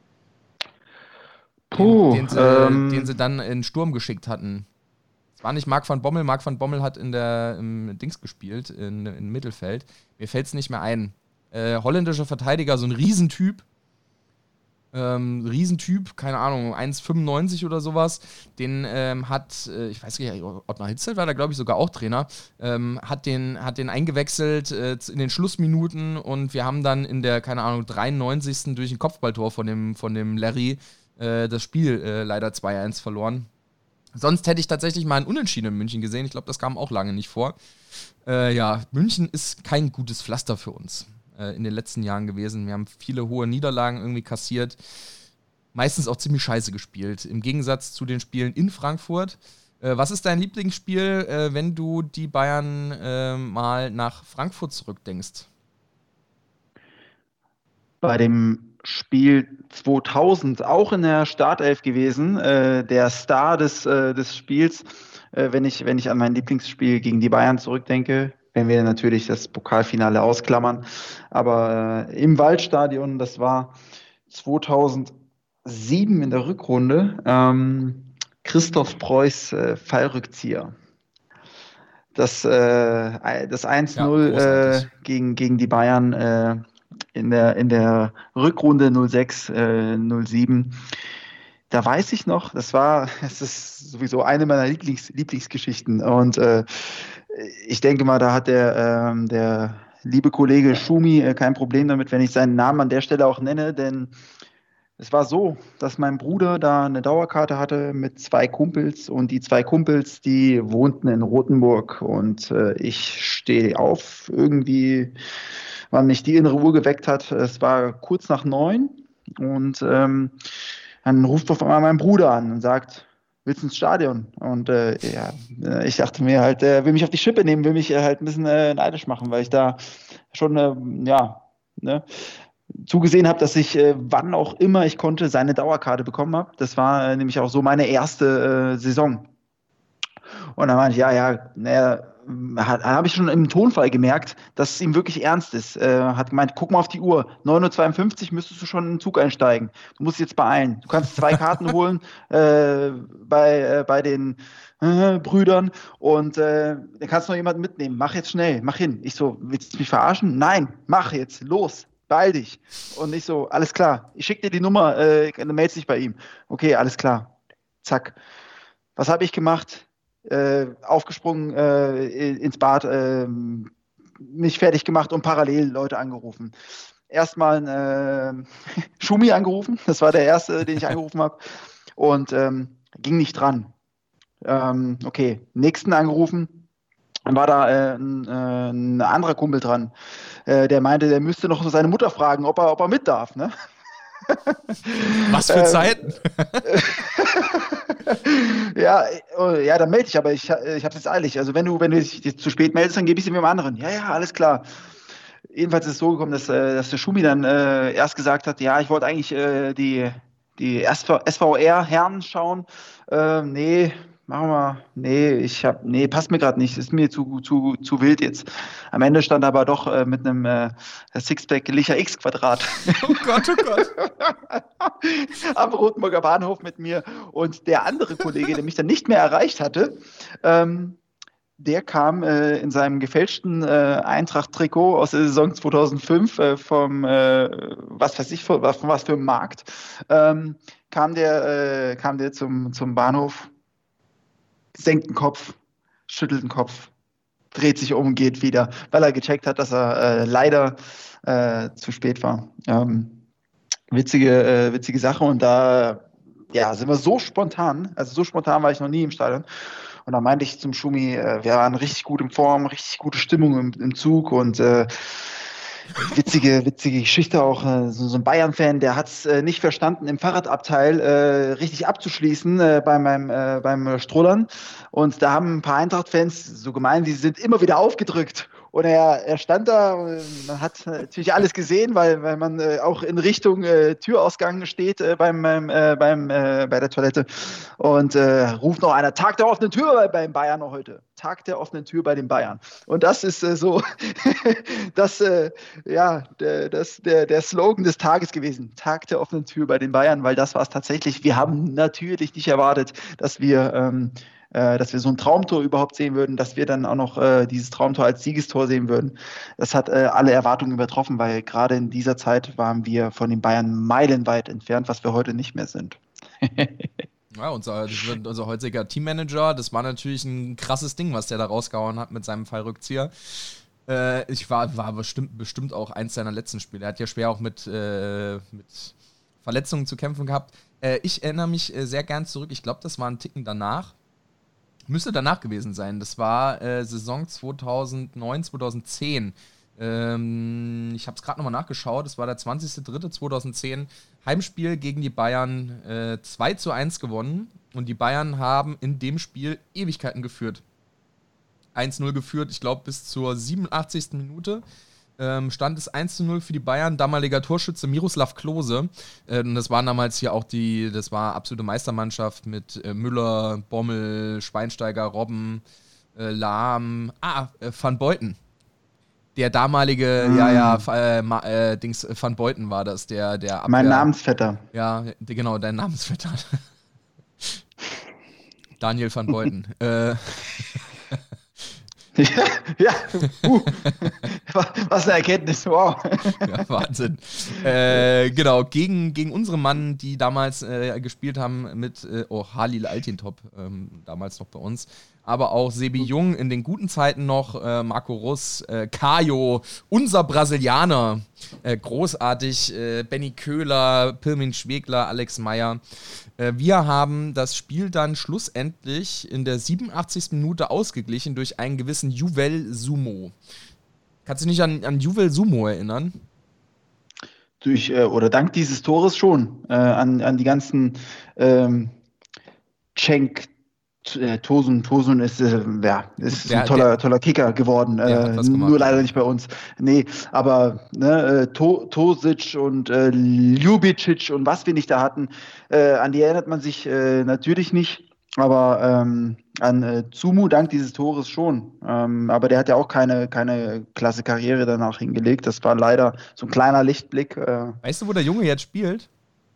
Puh, den, den, sie, ähm, den sie dann in Sturm geschickt hatten. Es war nicht Marc van Bommel. Marc van Bommel hat in der im Dings gespielt, in, in Mittelfeld. Mir fällt es nicht mehr ein. Äh, holländischer Verteidiger, so ein Riesentyp. Ähm, Riesentyp, keine Ahnung, eins Komma fünfundneunzig oder sowas. Den ähm, hat, äh, ich weiß nicht, Ottmar Hitzfeld war da, glaube ich, sogar auch Trainer, ähm, hat, den, hat den eingewechselt äh, in den Schlussminuten und wir haben dann in der, keine Ahnung, dreiundneunzigsten durch ein Kopfballtor von dem, von dem Larry äh, das Spiel äh, leider zwei eins verloren. Sonst hätte ich tatsächlich mal einen Unentschieden in München gesehen. Ich glaube, das kam auch lange nicht vor. Äh, ja, München ist kein gutes Pflaster für uns äh, in den letzten Jahren gewesen. Wir haben viele hohe Niederlagen irgendwie kassiert. Meistens auch ziemlich scheiße gespielt. Im Gegensatz zu den Spielen in Frankfurt. Äh, was ist dein Lieblingsspiel, äh, wenn du die Bayern äh, mal nach Frankfurt zurückdenkst? Bei dem Spiel zweitausend auch in der Startelf gewesen, äh, der Star des, äh, des Spiels, äh, wenn ich, wenn ich an mein Lieblingsspiel gegen die Bayern zurückdenke, wenn wir natürlich das Pokalfinale ausklammern, aber äh, im Waldstadion, das war zweitausendsieben in der Rückrunde, ähm, Christoph Preuß äh, Fallrückzieher. Das, äh, das eins null Ja, äh, gegen, gegen die Bayern äh, in der, in der Rückrunde null sechs, äh, null sieben. da weiß ich noch, das war, es ist sowieso eine meiner Lieblings, Lieblingsgeschichten. Und äh, ich denke mal, da hat der, ähm, der liebe Kollege Schumi äh, kein Problem damit, wenn ich seinen Namen an der Stelle auch nenne, denn es war so, dass mein Bruder da eine Dauerkarte hatte mit zwei Kumpels und die zwei Kumpels, die wohnten in Rothenburg und äh, ich stehe auf, irgendwie, weil mich die innere Uhr geweckt hat. Es war kurz nach neun und ähm, dann ruft auf einmal mein Bruder an und sagt, willst du ins Stadion? Und äh, ja, äh, ich dachte mir halt, er will mich auf die Schippe nehmen, will mich äh, halt ein bisschen äh, neidisch machen, weil ich da schon, äh, ja, ne, zugesehen habe, dass ich, äh, wann auch immer ich konnte, seine Dauerkarte bekommen habe. Das war äh, nämlich auch so meine erste äh, Saison. Und dann meinte ich, ja, ja, naja, habe ich schon im Tonfall gemerkt, dass es ihm wirklich ernst ist. Äh, hat gemeint, guck mal auf die Uhr, neun Uhr zweiundfünfzig müsstest du schon in den Zug einsteigen. Du musst jetzt beeilen. Du kannst zwei Karten holen äh, bei, äh, bei den äh, Brüdern und äh, dann kannst du noch jemanden mitnehmen. Mach jetzt schnell, mach hin. Ich so, willst du mich verarschen? Nein, mach jetzt, los. Beeil dich. Und ich so, alles klar, ich schicke dir die Nummer, äh, dann meldest dich bei ihm. Okay, alles klar. Zack. Was habe ich gemacht? Äh, aufgesprungen äh, ins Bad, äh, mich fertig gemacht und parallel Leute angerufen. Erstmal äh, Schumi angerufen, das war der erste, den ich angerufen habe und ähm, ging nicht dran. Ähm, okay, nächsten angerufen, dann war da äh, ein, äh, ein anderer Kumpel dran, äh, der meinte, der müsste noch seine Mutter fragen, ob er, ob er mit darf, ne? Was für Zeiten? ja, ja, dann melde ich, aber ich, ich habe es jetzt eilig. Also wenn du, wenn du dich zu spät meldest, dann gebe ich es dem anderen. Ja, ja, alles klar. Jedenfalls ist es so gekommen, dass, dass der Schumi dann äh, erst gesagt hat, ja, ich wollte eigentlich äh, die, die S V R-Herren schauen. Äh, nee, machen wir, nee, ich hab, nee, passt mir gerade nicht, ist mir zu, zu, zu wild jetzt. Am Ende stand aber doch äh, mit einem äh, Sixpack Licher X-Quadrat. Oh Gott, oh Gott. Am Rotenburger Bahnhof mit mir und der andere Kollege, der mich dann nicht mehr erreicht hatte, ähm, der kam äh, in seinem gefälschten äh, Eintracht-Trikot aus der Saison zweitausendfünf äh, vom, äh, was weiß ich, von, von was für einem Markt, ähm, kam der, äh, kam der zum, zum Bahnhof, senkt den Kopf, schüttelt den Kopf, dreht sich um und geht wieder, weil er gecheckt hat, dass er äh, leider äh, zu spät war. Ähm, witzige, äh, witzige Sache und da ja, sind wir so spontan, also so spontan war ich noch nie im Stadion. Und da meinte ich zum Schumi, äh, wir waren richtig gut in Form, richtig gute Stimmung im, im Zug und äh, witzige, witzige Geschichte auch, äh, so, so ein Bayern-Fan, der hat es äh, nicht verstanden, im Fahrradabteil äh, richtig abzuschließen äh, bei meinem, äh, beim Strollern. Und da haben ein paar Eintracht-Fans, so gemein wie sie sind, immer wieder aufgedrückt. Und er, er stand da und man hat natürlich alles gesehen, weil, weil man äh, auch in Richtung äh, Türausgang steht äh, beim, beim, äh, beim, äh, bei der Toilette. Und äh, ruft noch einer, Tag der offenen Tür bei, beim Bayern heute. Tag der offenen Tür bei den Bayern. Und das ist äh, so das, äh, ja, der, das, der, der Slogan des Tages gewesen. Tag der offenen Tür bei den Bayern, weil das war es tatsächlich. Wir haben natürlich nicht erwartet, dass wir ähm, Äh, dass wir so ein Traumtor überhaupt sehen würden, dass wir dann auch noch äh, dieses Traumtor als Siegestor sehen würden. Das hat äh, alle Erwartungen übertroffen, weil gerade in dieser Zeit waren wir von den Bayern meilenweit entfernt, was wir heute nicht mehr sind. Ja, unser, unser heutiger Teammanager, das war natürlich ein krasses Ding, was der da rausgehauen hat mit seinem Fallrückzieher. Äh, ich war, war bestimmt, bestimmt auch eins seiner letzten Spiele. Er hat ja schwer auch mit, äh, mit Verletzungen zu kämpfen gehabt. Äh, ich erinnere mich äh, sehr gern zurück, ich glaube, das war ein Ticken danach. Müsste danach gewesen sein. Das war äh, Saison zweitausendneun, zweitausendzehn. Ähm, ich habe es gerade nochmal nachgeschaut. Das war der zwanzigster dritter zweitausendzehn. Heimspiel gegen die Bayern äh, zwei zu eins gewonnen. Und die Bayern haben in dem Spiel Ewigkeiten geführt. eins null geführt, ich glaube bis zur siebenundachtzigsten Minute. Ähm, stand es eins zu null für die Bayern, damaliger Torschütze Miroslav Klose. Ähm, das waren damals hier auch die, das war absolute Meistermannschaft mit äh, Müller, Bommel, Schweinsteiger, Robben, äh, Lahm, ah, äh, Van Beuten. Der damalige, mm. ja, ja, äh, ma, äh, Dings, Van Beuten war das, der, der Abwehr. Mein Namensvetter. Ja, der, genau, dein Namensvetter. Daniel Van Beuten. äh, Ja, ja. Uh. Was eine Erkenntnis, wow. Ja, Wahnsinn. Äh, genau, gegen, gegen unsere Mann, die damals äh, gespielt haben mit äh, oh, Halil Altintop, ähm, damals noch bei uns, aber auch Sebi Jung in den guten Zeiten noch, äh, Marco Russ, äh, Caio, unser Brasilianer, äh, großartig, äh, Benny Köhler, Pirmin Schwegler, Alex Meyer. Äh, wir haben das Spiel dann schlussendlich in der siebenundachtzigsten Minute ausgeglichen durch einen gewissen Juvel Sumo. Kannst du dich an, an Juvel Sumo erinnern? Durch, äh, oder dank dieses Tores schon, äh, an, an die ganzen ähm, Cenk, äh, Tosun, Tosun ist, äh, ja, ist Der- ein toller, der- toller Kicker geworden. der hat Äh, was gemacht, nur leider ja. nicht bei uns. Nee, aber ne, äh, to, Tosic und äh, Ljubicic und was wir nicht da hatten, äh, an die erinnert man sich äh, natürlich nicht. Aber ähm, an äh, Zumu dank dieses Tores schon. Ähm, aber der hat ja auch keine, keine klasse Karriere danach hingelegt. Das war leider so ein kleiner Lichtblick. Äh, Weißt du, wo der Junge jetzt spielt?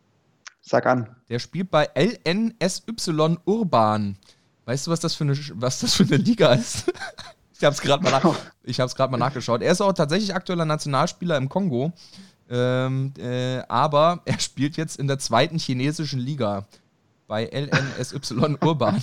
sag an. Der spielt bei L N S Y Urban. Weißt du, was das für eine, was das für eine Liga ist? Ich habe es gerade mal, nach, ich hab's grad mal nachgeschaut. Er ist auch tatsächlich aktueller Nationalspieler im Kongo. Ähm, äh, aber er spielt jetzt in der zweiten chinesischen Liga. Bei L N S Y Urban.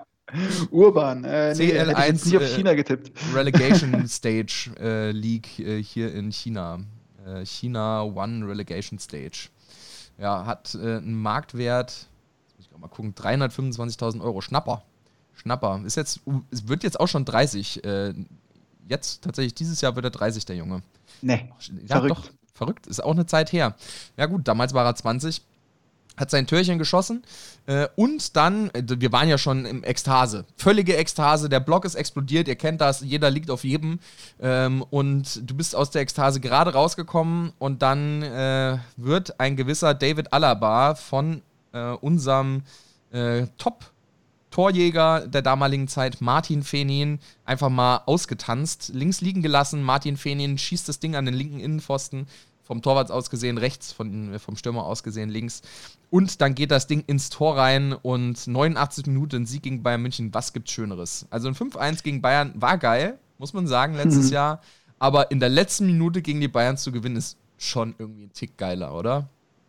Urban. Äh, nee, C L hätte ich jetzt eins, nicht auf äh, China getippt. Relegation Stage äh, League äh, hier in China. Äh, China One Relegation Stage. Ja, hat äh, einen Marktwert, jetzt muss ich auch mal gucken, dreihundertfünfundzwanzigtausend Euro. Schnapper. Schnapper. Ist jetzt, es wird jetzt auch schon dreißig. Äh, jetzt tatsächlich, dieses Jahr wird er dreißig, der Junge. Nee, Ja, verrückt. doch, verrückt. Ist auch eine Zeit her. Ja gut, damals war er zwanzig. Hat sein Türchen geschossen äh, und dann, äh, wir waren ja schon im Ekstase, völlige Ekstase, der Block ist explodiert, ihr kennt das, jeder liegt auf jedem ähm, und du bist aus der Ekstase gerade rausgekommen und dann äh, wird ein gewisser David Alaba von äh, unserem äh, Top-Torjäger der damaligen Zeit, Martin Fenin, einfach mal ausgetanzt, links liegen gelassen, Martin Fenin schießt das Ding an den linken Innenpfosten, vom Torwart aus gesehen rechts, von, vom Stürmer aus gesehen links. Und dann geht das Ding ins Tor rein und neunundachtzig Minuten ein Sieg gegen Bayern München. Was gibt's Schöneres? Also ein fünf eins gegen Bayern war geil, muss man sagen, letztes Mhm. Jahr. Aber in der letzten Minute gegen die Bayern zu gewinnen, ist schon irgendwie ein Tick geiler, oder?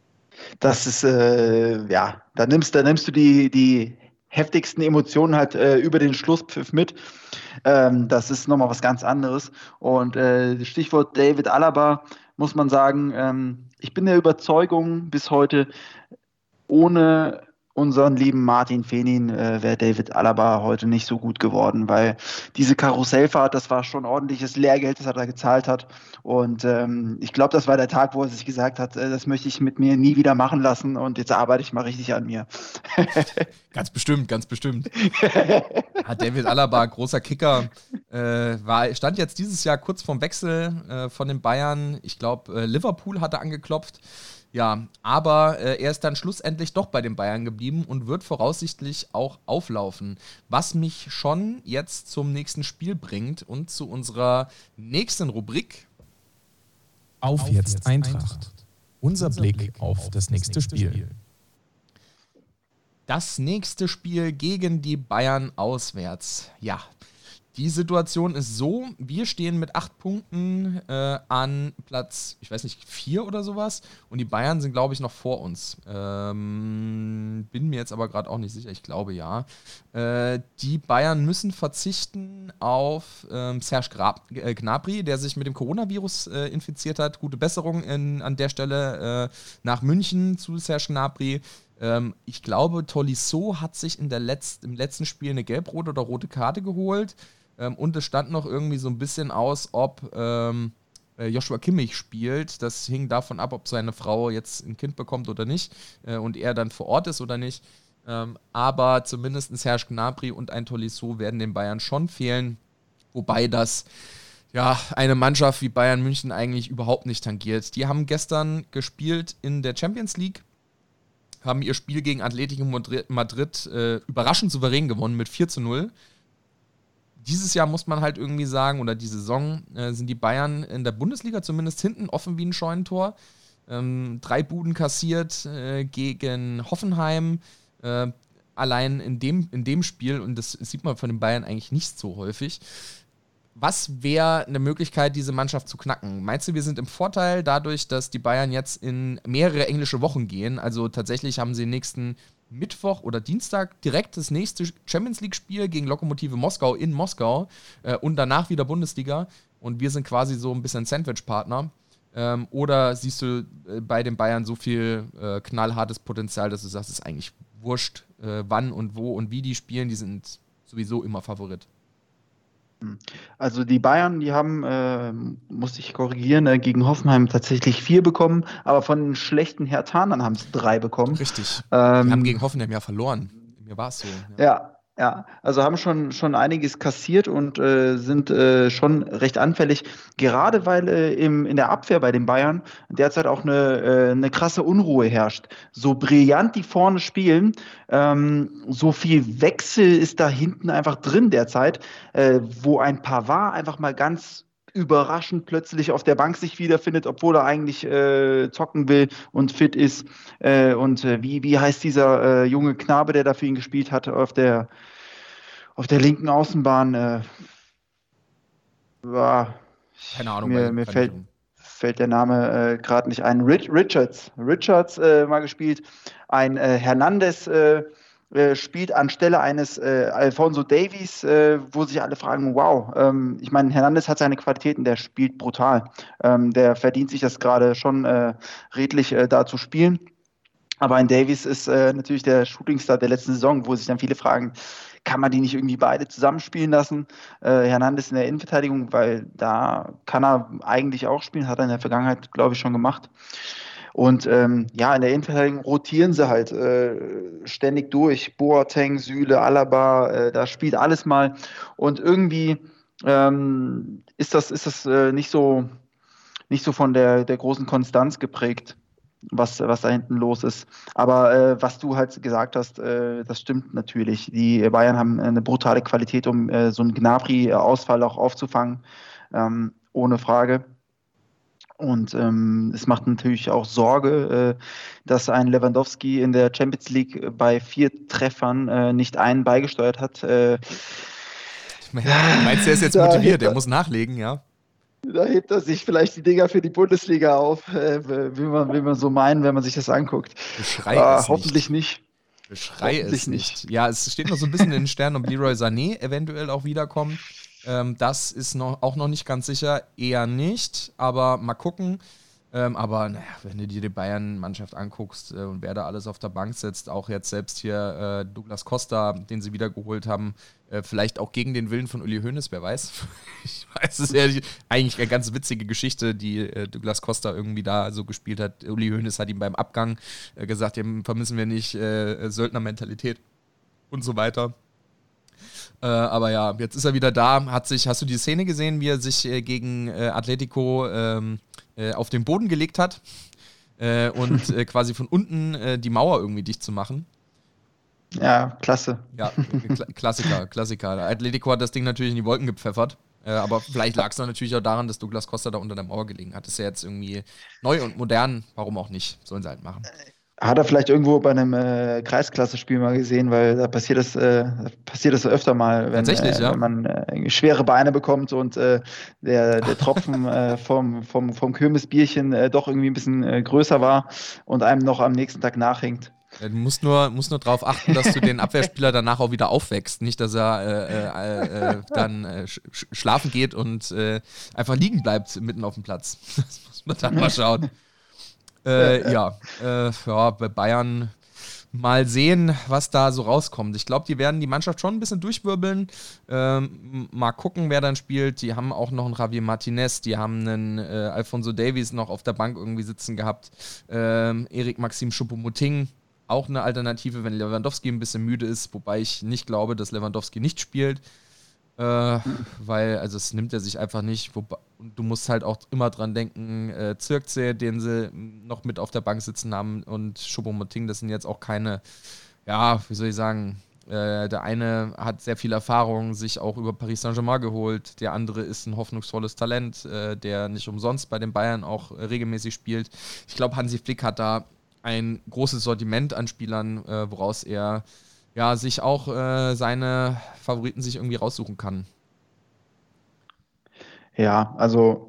Das ist, äh, ja, da nimmst, da nimmst du die, die heftigsten Emotionen halt äh, über den Schlusspfiff mit. Ähm, das ist nochmal was ganz anderes. Und äh, Stichwort David Alaba, muss man sagen, ähm, ich bin der Überzeugung bis heute, ohne unseren lieben Martin Fenin äh, wäre David Alaba heute nicht so gut geworden, weil diese Karussellfahrt, das war schon ordentliches Lehrgeld, das er da gezahlt hat. Und ähm, ich glaube, das war der Tag, wo er sich gesagt hat, äh, das möchte ich mit mir nie wieder machen lassen und jetzt arbeite ich mal richtig an mir. Ganz bestimmt, ganz bestimmt. Ja, David Alaba, großer Kicker, äh, war, stand jetzt dieses Jahr kurz vorm Wechsel äh, von den Bayern. Ich glaube, äh, Liverpool hatte angeklopft. Ja, aber äh, er ist dann schlussendlich doch bei den Bayern geblieben und wird voraussichtlich auch auflaufen. Was mich schon jetzt zum nächsten Spiel bringt und zu unserer nächsten Rubrik. Auf jetzt Eintracht. Unser Blick auf das nächste Spiel. Das nächste Spiel gegen die Bayern auswärts. Ja, die Situation ist so, wir stehen mit acht Punkten äh, an Platz, ich weiß nicht, vier oder sowas. Und die Bayern sind, glaube ich, noch vor uns. Ähm, bin mir jetzt aber gerade auch nicht sicher, ich glaube ja. Äh, die Bayern müssen verzichten auf ähm, Serge Grab- äh, Gnabry, der sich mit dem Coronavirus äh, infiziert hat. Gute Besserung in, an der Stelle äh, nach München zu Serge Gnabry. Ähm, ich glaube, Tolisso hat sich in der Letz- im letzten Spiel eine gelb-rote oder rote Karte geholt. Ähm, und es stand noch irgendwie so ein bisschen aus, ob ähm, äh, Joshua Kimmich spielt. Das hing davon ab, ob seine Frau jetzt ein Kind bekommt oder nicht äh, und er dann vor Ort ist oder nicht. Ähm, aber zumindest ein Serge Gnabry und ein Tolisso werden den Bayern schon fehlen. Wobei das ja eine Mannschaft wie Bayern München eigentlich überhaupt nicht tangiert. Die haben gestern gespielt in der Champions League, haben ihr Spiel gegen Atletico Madrid, Madrid äh, überraschend souverän gewonnen mit vier zu null. Dieses Jahr muss man halt irgendwie sagen, oder die Saison, äh, sind die Bayern in der Bundesliga zumindest hinten offen wie ein Scheunentor. Ähm, drei Buden kassiert äh, gegen Hoffenheim. Äh, allein in dem, in dem Spiel, und das sieht man von den Bayern eigentlich nicht so häufig, was wäre eine Möglichkeit, diese Mannschaft zu knacken? Meinst du, wir sind im Vorteil dadurch, dass die Bayern jetzt in mehrere englische Wochen gehen? Also tatsächlich haben sie nächsten Mittwoch oder Dienstag direkt das nächste Champions-League-Spiel gegen Lokomotive Moskau in Moskau äh, und danach wieder Bundesliga. Und wir sind quasi so ein bisschen Sandwich-Partner. Ähm, oder siehst du äh, bei den Bayern so viel äh, knallhartes Potenzial, dass du sagst, es ist eigentlich wurscht, äh, wann und wo und wie die spielen, die sind sowieso immer Favorit. Also die Bayern, die haben, äh, muss ich korrigieren, äh, gegen Hoffenheim tatsächlich vier bekommen, aber von den schlechten Herthanern haben sie drei bekommen. Richtig. Ähm, die haben gegen Hoffenheim ja verloren. Mir war es so. Ja. ja, ja. Also haben schon, schon einiges kassiert und äh, sind äh, schon recht anfällig, gerade weil äh, im, in der Abwehr bei den Bayern derzeit auch eine, äh, eine krasse Unruhe herrscht. So brillant die vorne spielen, ähm, so viel Wechsel ist da hinten einfach drin derzeit, äh, wo ein Pavard einfach mal ganz überraschend plötzlich auf der Bank sich wiederfindet, obwohl er eigentlich äh, zocken will und fit ist. Äh, und äh, wie, wie heißt dieser äh, junge Knabe, der da für ihn gespielt hat, auf der, auf der linken Außenbahn? Äh, war, Keine Ahnung. Mir, mir fällt, fällt der Name äh, gerade nicht ein. Rich, Richards. Richards äh, mal gespielt. Ein äh, Hernandez äh, äh, spielt anstelle eines äh, Alphonso Davies, äh, wo sich alle fragen, wow, ähm, ich meine, Hernandez hat seine Qualitäten, der spielt brutal. Ähm, der verdient sich das gerade schon äh, redlich äh, da zu spielen. Aber ein Davies ist äh, natürlich der Shootingstar der letzten Saison, wo sich dann viele fragen, kann man die nicht irgendwie beide zusammenspielen lassen? Äh, Hernandez in der Innenverteidigung, weil da kann er eigentlich auch spielen, hat er in der Vergangenheit, glaube ich, schon gemacht. Und ähm, ja, in der Innenverteidigung rotieren sie halt äh, ständig durch. Boateng, Süle, Alaba, äh, da spielt alles mal. Und irgendwie ähm, ist das, ist das äh, nicht so, nicht so von der, der großen Konstanz geprägt, was, was da hinten los ist. Aber äh, was du halt gesagt hast, äh, das stimmt natürlich. Die Bayern haben eine brutale Qualität, um äh, so einen Gnabry-Ausfall auch aufzufangen, ähm, ohne Frage. Und ähm, es macht natürlich auch Sorge, äh, dass ein Lewandowski in der Champions League bei vier Treffern äh, nicht einen beigesteuert hat. Äh, Meinst du, er ist jetzt motiviert? Er muss nachlegen, ja? Da hebt er sich vielleicht die Dinger für die Bundesliga auf, äh, will, man, will man so meinen, wenn man sich das anguckt. Beschrei äh, es hoffentlich nicht. nicht. Beschrei es nicht. Ja, es steht noch so ein bisschen in den Sternen, ob Leroy Sané eventuell auch wiederkommt. Ähm, das ist noch, auch noch nicht ganz sicher. Eher nicht, aber mal gucken. Ähm, aber naja, wenn du dir die Bayern-Mannschaft anguckst äh, und wer da alles auf der Bank sitzt, auch jetzt selbst hier äh, Douglas Costa, den sie wiedergeholt haben, äh, vielleicht auch gegen den Willen von Uli Hoeneß, wer weiß. Ich weiß es ja nicht. Eigentlich eine ganz witzige Geschichte, die äh, Douglas Costa irgendwie da so gespielt hat. Uli Hoeneß hat ihm beim Abgang äh, gesagt, ja, vermissen wir nicht äh, Söldnermentalität und so weiter. Äh, aber ja, jetzt ist er wieder da. Hat sich, hast du die Szene gesehen, wie er sich äh, gegen äh, Atletico ähm, äh, auf den Boden gelegt hat äh, und äh, quasi von unten äh, die Mauer irgendwie dicht zu machen? Ja, klasse. Ja, Kla- Klassiker, Klassiker. Atletico hat das Ding natürlich in die Wolken gepfeffert. Äh, aber vielleicht lag es natürlich auch daran, dass Douglas Costa da unter der Mauer gelegen hat. Das ist ja jetzt irgendwie neu und modern. Warum auch nicht? Sollen sie halt machen. Hat er vielleicht irgendwo bei einem äh, Kreisklasse-Spiel mal gesehen, weil da passiert das, äh, passiert das öfter mal, wenn, Tatsächlich, äh, ja? wenn man äh, schwere Beine bekommt und äh, der, der Tropfen äh, vom, vom, vom Kirmesbierchen äh, doch irgendwie ein bisschen äh, größer war und einem noch am nächsten Tag nachhängt. Ja, du musst nur, musst nur darauf achten, dass du den Abwehrspieler danach auch wieder aufwächst. Nicht, dass er äh, äh, äh, dann äh, sch- schlafen geht und äh, einfach liegen bleibt mitten auf dem Platz. Das muss man dann mal schauen. Äh, ja, äh, ja, bei Bayern mal sehen, was da so rauskommt. Ich glaube, die werden die Mannschaft schon ein bisschen durchwirbeln. Ähm, mal gucken, wer dann spielt. Die haben auch noch einen Javier Martinez, die haben einen äh, Alphonso Davies noch auf der Bank irgendwie sitzen gehabt. Ähm, Erik Maxim Choupo-Moting, auch eine Alternative, wenn Lewandowski ein bisschen müde ist, wobei ich nicht glaube, dass Lewandowski nicht spielt. Äh, weil, also es nimmt er sich einfach nicht. Wobei, und du musst halt auch immer dran denken, äh, Zirkzee, den sie noch mit auf der Bank sitzen haben, und Choupo-Moting, das sind jetzt auch keine, ja, wie soll ich sagen, äh, der eine hat sehr viel Erfahrung, sich auch über Paris Saint-Germain geholt, der andere ist ein hoffnungsvolles Talent, äh, der nicht umsonst bei den Bayern auch äh, regelmäßig spielt. Ich glaube, Hansi Flick hat da ein großes Sortiment an Spielern, äh, woraus er ja, sich auch äh, seine Favoriten sich irgendwie raussuchen kann. Ja, also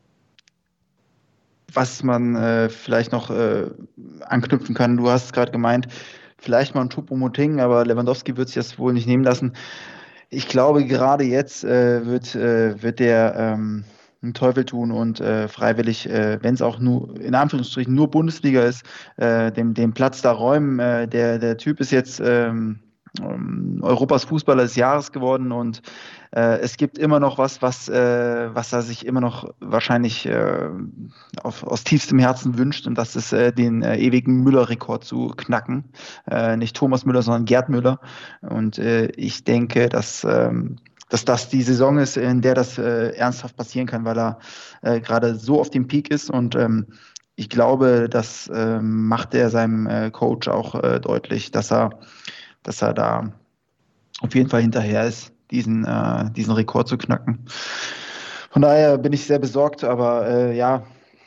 was man äh, vielleicht noch äh, anknüpfen kann, du hast gerade gemeint, vielleicht mal ein Choupo-Moting, aber Lewandowski wird sich das wohl nicht nehmen lassen. Ich glaube, gerade jetzt äh, wird, äh, wird der ähm, einen Teufel tun und äh, freiwillig, äh, wenn es auch nur in Anführungsstrichen nur Bundesliga ist, äh, dem, dem Platz da räumen. Äh, der, der Typ ist jetzt ähm, ähm, Europas Fußballer des Jahres geworden und äh, es gibt immer noch was, was, äh, was er sich immer noch wahrscheinlich äh, auf, aus tiefstem Herzen wünscht, und das ist äh, den äh, ewigen Müller-Rekord zu knacken. Äh, nicht Thomas Müller, sondern Gerd Müller. Und äh, ich denke, dass, ähm, dass das die Saison ist, in der das äh, ernsthaft passieren kann, weil er äh, gerade so auf dem Peak ist. Und ähm, ich glaube, das äh, macht er seinem äh, Coach auch äh, deutlich, dass er, dass er da auf jeden Fall hinterher ist, diesen, äh, diesen Rekord zu knacken. Von daher bin ich sehr besorgt, aber äh, ja,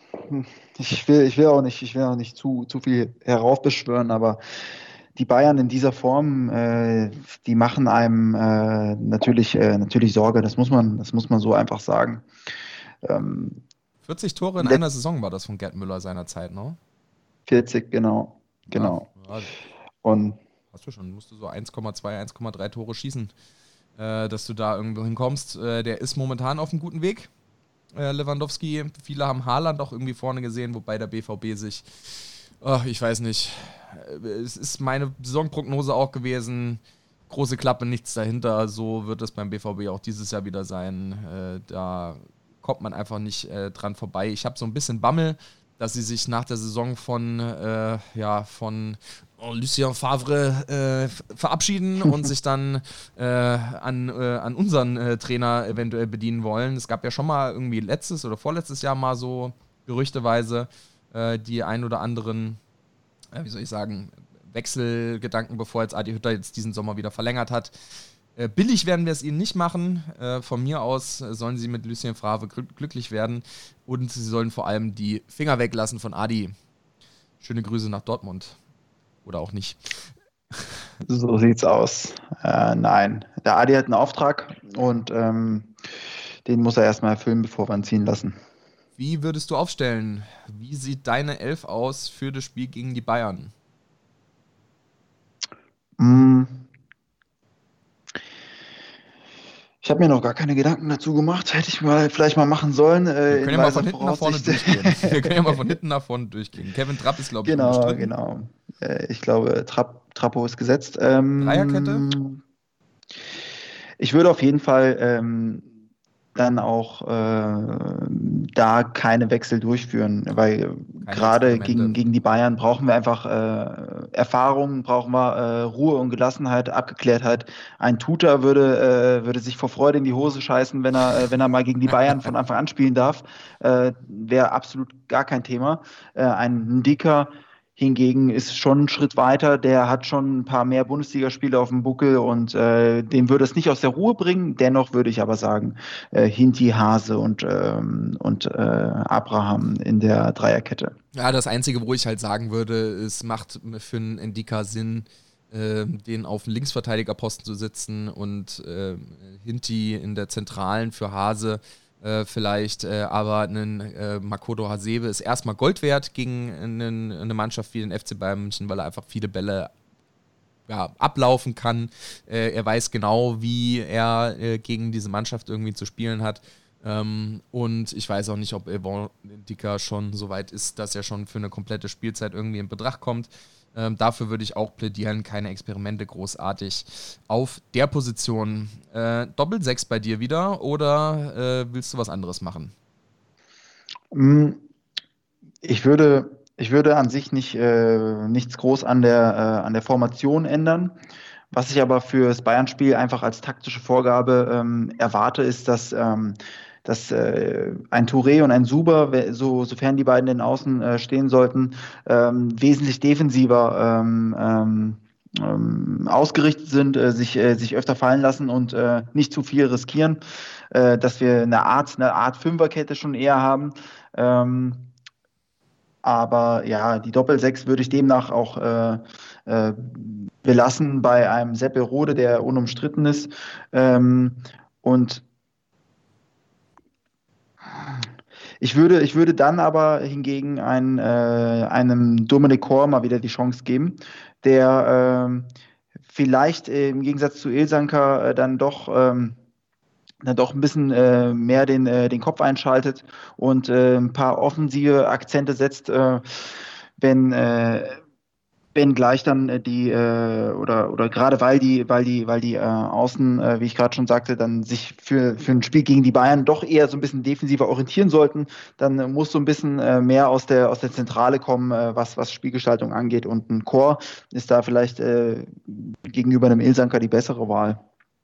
ich will, ich will auch nicht, ich will auch nicht zu, zu viel heraufbeschwören, aber die Bayern in dieser Form, äh, die machen einem äh, natürlich, äh, natürlich Sorge. Das muss man, das muss man so einfach sagen. Ähm, vierzig Tore in let- einer Saison war das von Gerd Müller seiner Zeit, ne? vierzig, genau, Ja, genau. ja, Und hast du schon, musst du so eins Komma zwei, eins Komma drei Tore schießen, äh, dass du da irgendwo hinkommst. Äh, der ist momentan auf einem guten Weg, äh, Lewandowski. Viele haben Haaland auch irgendwie vorne gesehen, wobei der B V B sich, oh, ich weiß nicht, äh, es ist meine Saisonprognose auch gewesen, große Klappe, nichts dahinter. So wird es beim B V B auch dieses Jahr wieder sein. Äh, da kommt man einfach nicht äh, dran vorbei. Ich habe so ein bisschen Bammel, dass sie sich nach der Saison von, äh, ja, von oh, Lucien Favre äh, verabschieden und sich dann äh, an, äh, an unseren äh, Trainer eventuell bedienen wollen. Es gab ja schon mal irgendwie letztes oder vorletztes Jahr mal so gerüchteweise äh, die ein oder anderen, äh, wie soll ich sagen, Wechselgedanken, bevor jetzt Adi Hütter jetzt diesen Sommer wieder verlängert hat. Äh, billig werden wir es ihnen nicht machen. Äh, von mir aus äh, sollen sie mit Lucien Favre gl- glücklich werden und sie sollen vor allem die Finger weglassen von Adi. Schöne Grüße nach Dortmund. Oder auch nicht. so sieht's aus. Äh, nein, der Adi hat einen Auftrag und ähm, den muss er erstmal erfüllen, bevor wir ihn ziehen lassen. Wie würdest du aufstellen? Wie sieht deine Elf aus für das Spiel gegen die Bayern? Mm. Ich habe mir noch gar keine Gedanken dazu gemacht. Hätte ich mal vielleicht mal machen sollen. Äh, Wir in können ja mal weiser von hinten nach vorne Voraussicht. durchgehen. Wir können ja mal von hinten nach vorne durchgehen. Kevin Trapp ist, glaube ich, Genau, unbestritten. genau. Äh, ich glaube, Trapp, Trappo ist gesetzt. Dreierkette? Ähm, ich würde auf jeden Fall ähm, dann auch äh, da keine Wechsel durchführen, weil Keine gerade Experimente. gegen, gegen die Bayern brauchen wir einfach äh, Erfahrung, brauchen wir äh, Ruhe und Gelassenheit, Abgeklärtheit. Ein Tuta würde, äh, würde sich vor Freude in die Hose scheißen, wenn er, äh, wenn er mal gegen die Bayern von Anfang an spielen darf. Äh, Wäre absolut gar kein Thema. Äh, ein Dicker hingegen ist schon ein Schritt weiter, der hat schon ein paar mehr Bundesligaspiele auf dem Buckel und äh, den würde es nicht aus der Ruhe bringen. Dennoch würde ich aber sagen, äh, Hinti, Hase und, ähm, und äh, Abraham in der Dreierkette. Ja, das Einzige, wo ich halt sagen würde, es macht für einen Endika Sinn, äh, den auf den Linksverteidigerposten zu setzen und äh, Hinti in der Zentralen für Hase äh, vielleicht, äh, aber ein äh, Makoto Hasebe ist erstmal Gold wert gegen einen, eine Mannschaft wie den F C Bayern München, weil er einfach viele Bälle ja, ablaufen kann. Äh, er weiß genau, wie er äh, gegen diese Mannschaft irgendwie zu spielen hat. Ähm, und ich weiß auch nicht, ob Evan Dicker schon so weit ist, dass er schon für eine komplette Spielzeit irgendwie in Betracht kommt. Ähm, dafür würde ich auch plädieren, keine Experimente großartig auf der Position. Äh, Doppel-Sechs bei dir wieder oder äh, willst du was anderes machen? Ich würde, ich würde an sich nicht, äh, nichts groß an der, äh, an der Formation ändern. Was ich aber für das Bayern-Spiel einfach als taktische Vorgabe ähm, erwarte, ist, dass, ähm, dass äh, ein Touré und ein Suber, we- so, sofern die beiden in Außen äh, stehen sollten, ähm, wesentlich defensiver ähm, ähm, ähm, ausgerichtet sind, äh, sich, äh, sich öfter fallen lassen und äh, nicht zu viel riskieren, äh, dass wir eine Art, eine Art Fünferkette schon eher haben. Ähm, aber ja, die Doppel-Sechs würde ich demnach auch äh, äh, belassen bei einem Seppel Rode, der unumstritten ist. Ähm, und Ich würde, ich würde dann aber hingegen ein, äh, einem Dominic Kor mal wieder die Chance geben, der ähm, vielleicht äh, im Gegensatz zu Ilsanker äh, dann doch ähm, dann doch ein bisschen äh, mehr den, äh, den Kopf einschaltet und äh, ein paar offensive Akzente setzt, äh, wenn, äh, wenn gleich dann äh, die äh, oder oder gerade weil die weil die weil die äh, Außen, äh, wie ich gerade schon sagte, dann sich für für ein Spiel gegen die Bayern doch eher so ein bisschen defensiver orientieren sollten, dann äh, muss so ein bisschen äh, mehr aus der aus der Zentrale kommen, äh, was was Spielgestaltung angeht, und ein Chor ist da vielleicht äh, gegenüber einem Ilsanker die bessere Wahl.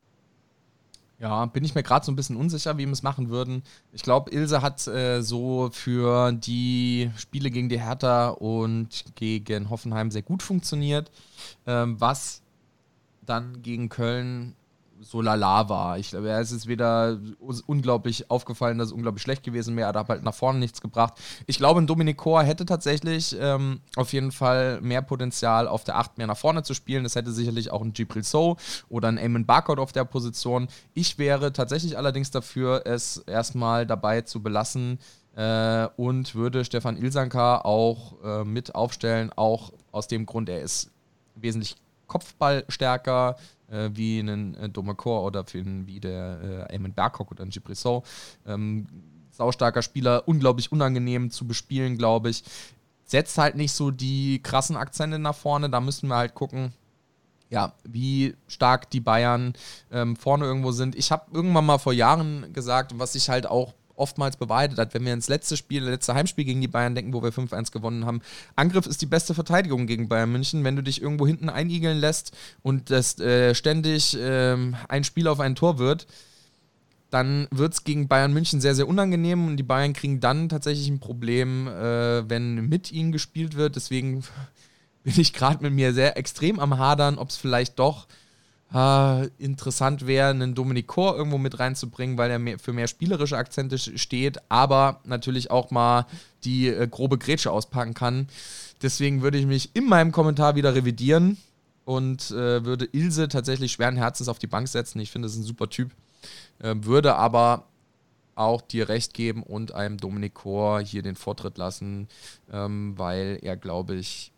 Ja, bin ich mir gerade so ein bisschen unsicher, wie wir es machen würden. Ich glaube, Ilse hat äh, so für die Spiele gegen die Hertha und gegen Hoffenheim sehr gut funktioniert, ähm, was dann gegen Köln so lala war. Ich glaube, es ist wieder unglaublich aufgefallen, dass es unglaublich schlecht gewesen wäre. Er hat halt nach vorne nichts gebracht. Ich glaube, ein Dominic Kor hätte tatsächlich ähm, auf jeden Fall mehr Potenzial, auf der acht mehr nach vorne zu spielen. Das hätte sicherlich auch ein Djibril Sow oder ein Eamon Barcode auf der Position. Ich wäre tatsächlich allerdings dafür, es erstmal dabei zu belassen äh, und würde Stefan Ilsanker auch äh, mit aufstellen, auch aus dem Grund, er ist wesentlich Kopfballstärker, äh, wie einen äh, Domekor oder für einen, wie der äh, Eamon Barcock oder ein Djibril Sow. Ähm, saustarker Spieler, unglaublich unangenehm zu bespielen, glaube ich. Setzt halt nicht so die krassen Akzente nach vorne, da müssen wir halt gucken, ja, wie stark die Bayern ähm, vorne irgendwo sind. Ich habe irgendwann mal vor Jahren gesagt, was ich halt auch oftmals bewahrheitet hat, wenn wir ins letzte Spiel, letzte Heimspiel gegen die Bayern denken, wo wir fünf eins gewonnen haben. Angriff ist die beste Verteidigung gegen Bayern München. Wenn du dich irgendwo hinten einigeln lässt und das äh, ständig äh, ein Spiel auf ein Tor wird, dann wird es gegen Bayern München sehr, sehr unangenehm und die Bayern kriegen dann tatsächlich ein Problem, äh, wenn mit ihnen gespielt wird. Deswegen bin ich gerade mit mir sehr extrem am Hadern, ob es vielleicht doch Uh, interessant wäre, einen Dominic Kor irgendwo mit reinzubringen, weil er mehr, für mehr spielerische Akzente steht, aber natürlich auch mal die äh, grobe Grätsche auspacken kann. Deswegen würde ich mich in meinem Kommentar wieder revidieren und äh, würde Ilse tatsächlich schweren Herzens auf die Bank setzen. Ich finde, das ist ein super Typ. Äh, würde aber auch dir recht geben und einem Dominic Kor hier den Vortritt lassen, ähm, weil er, glaube ich,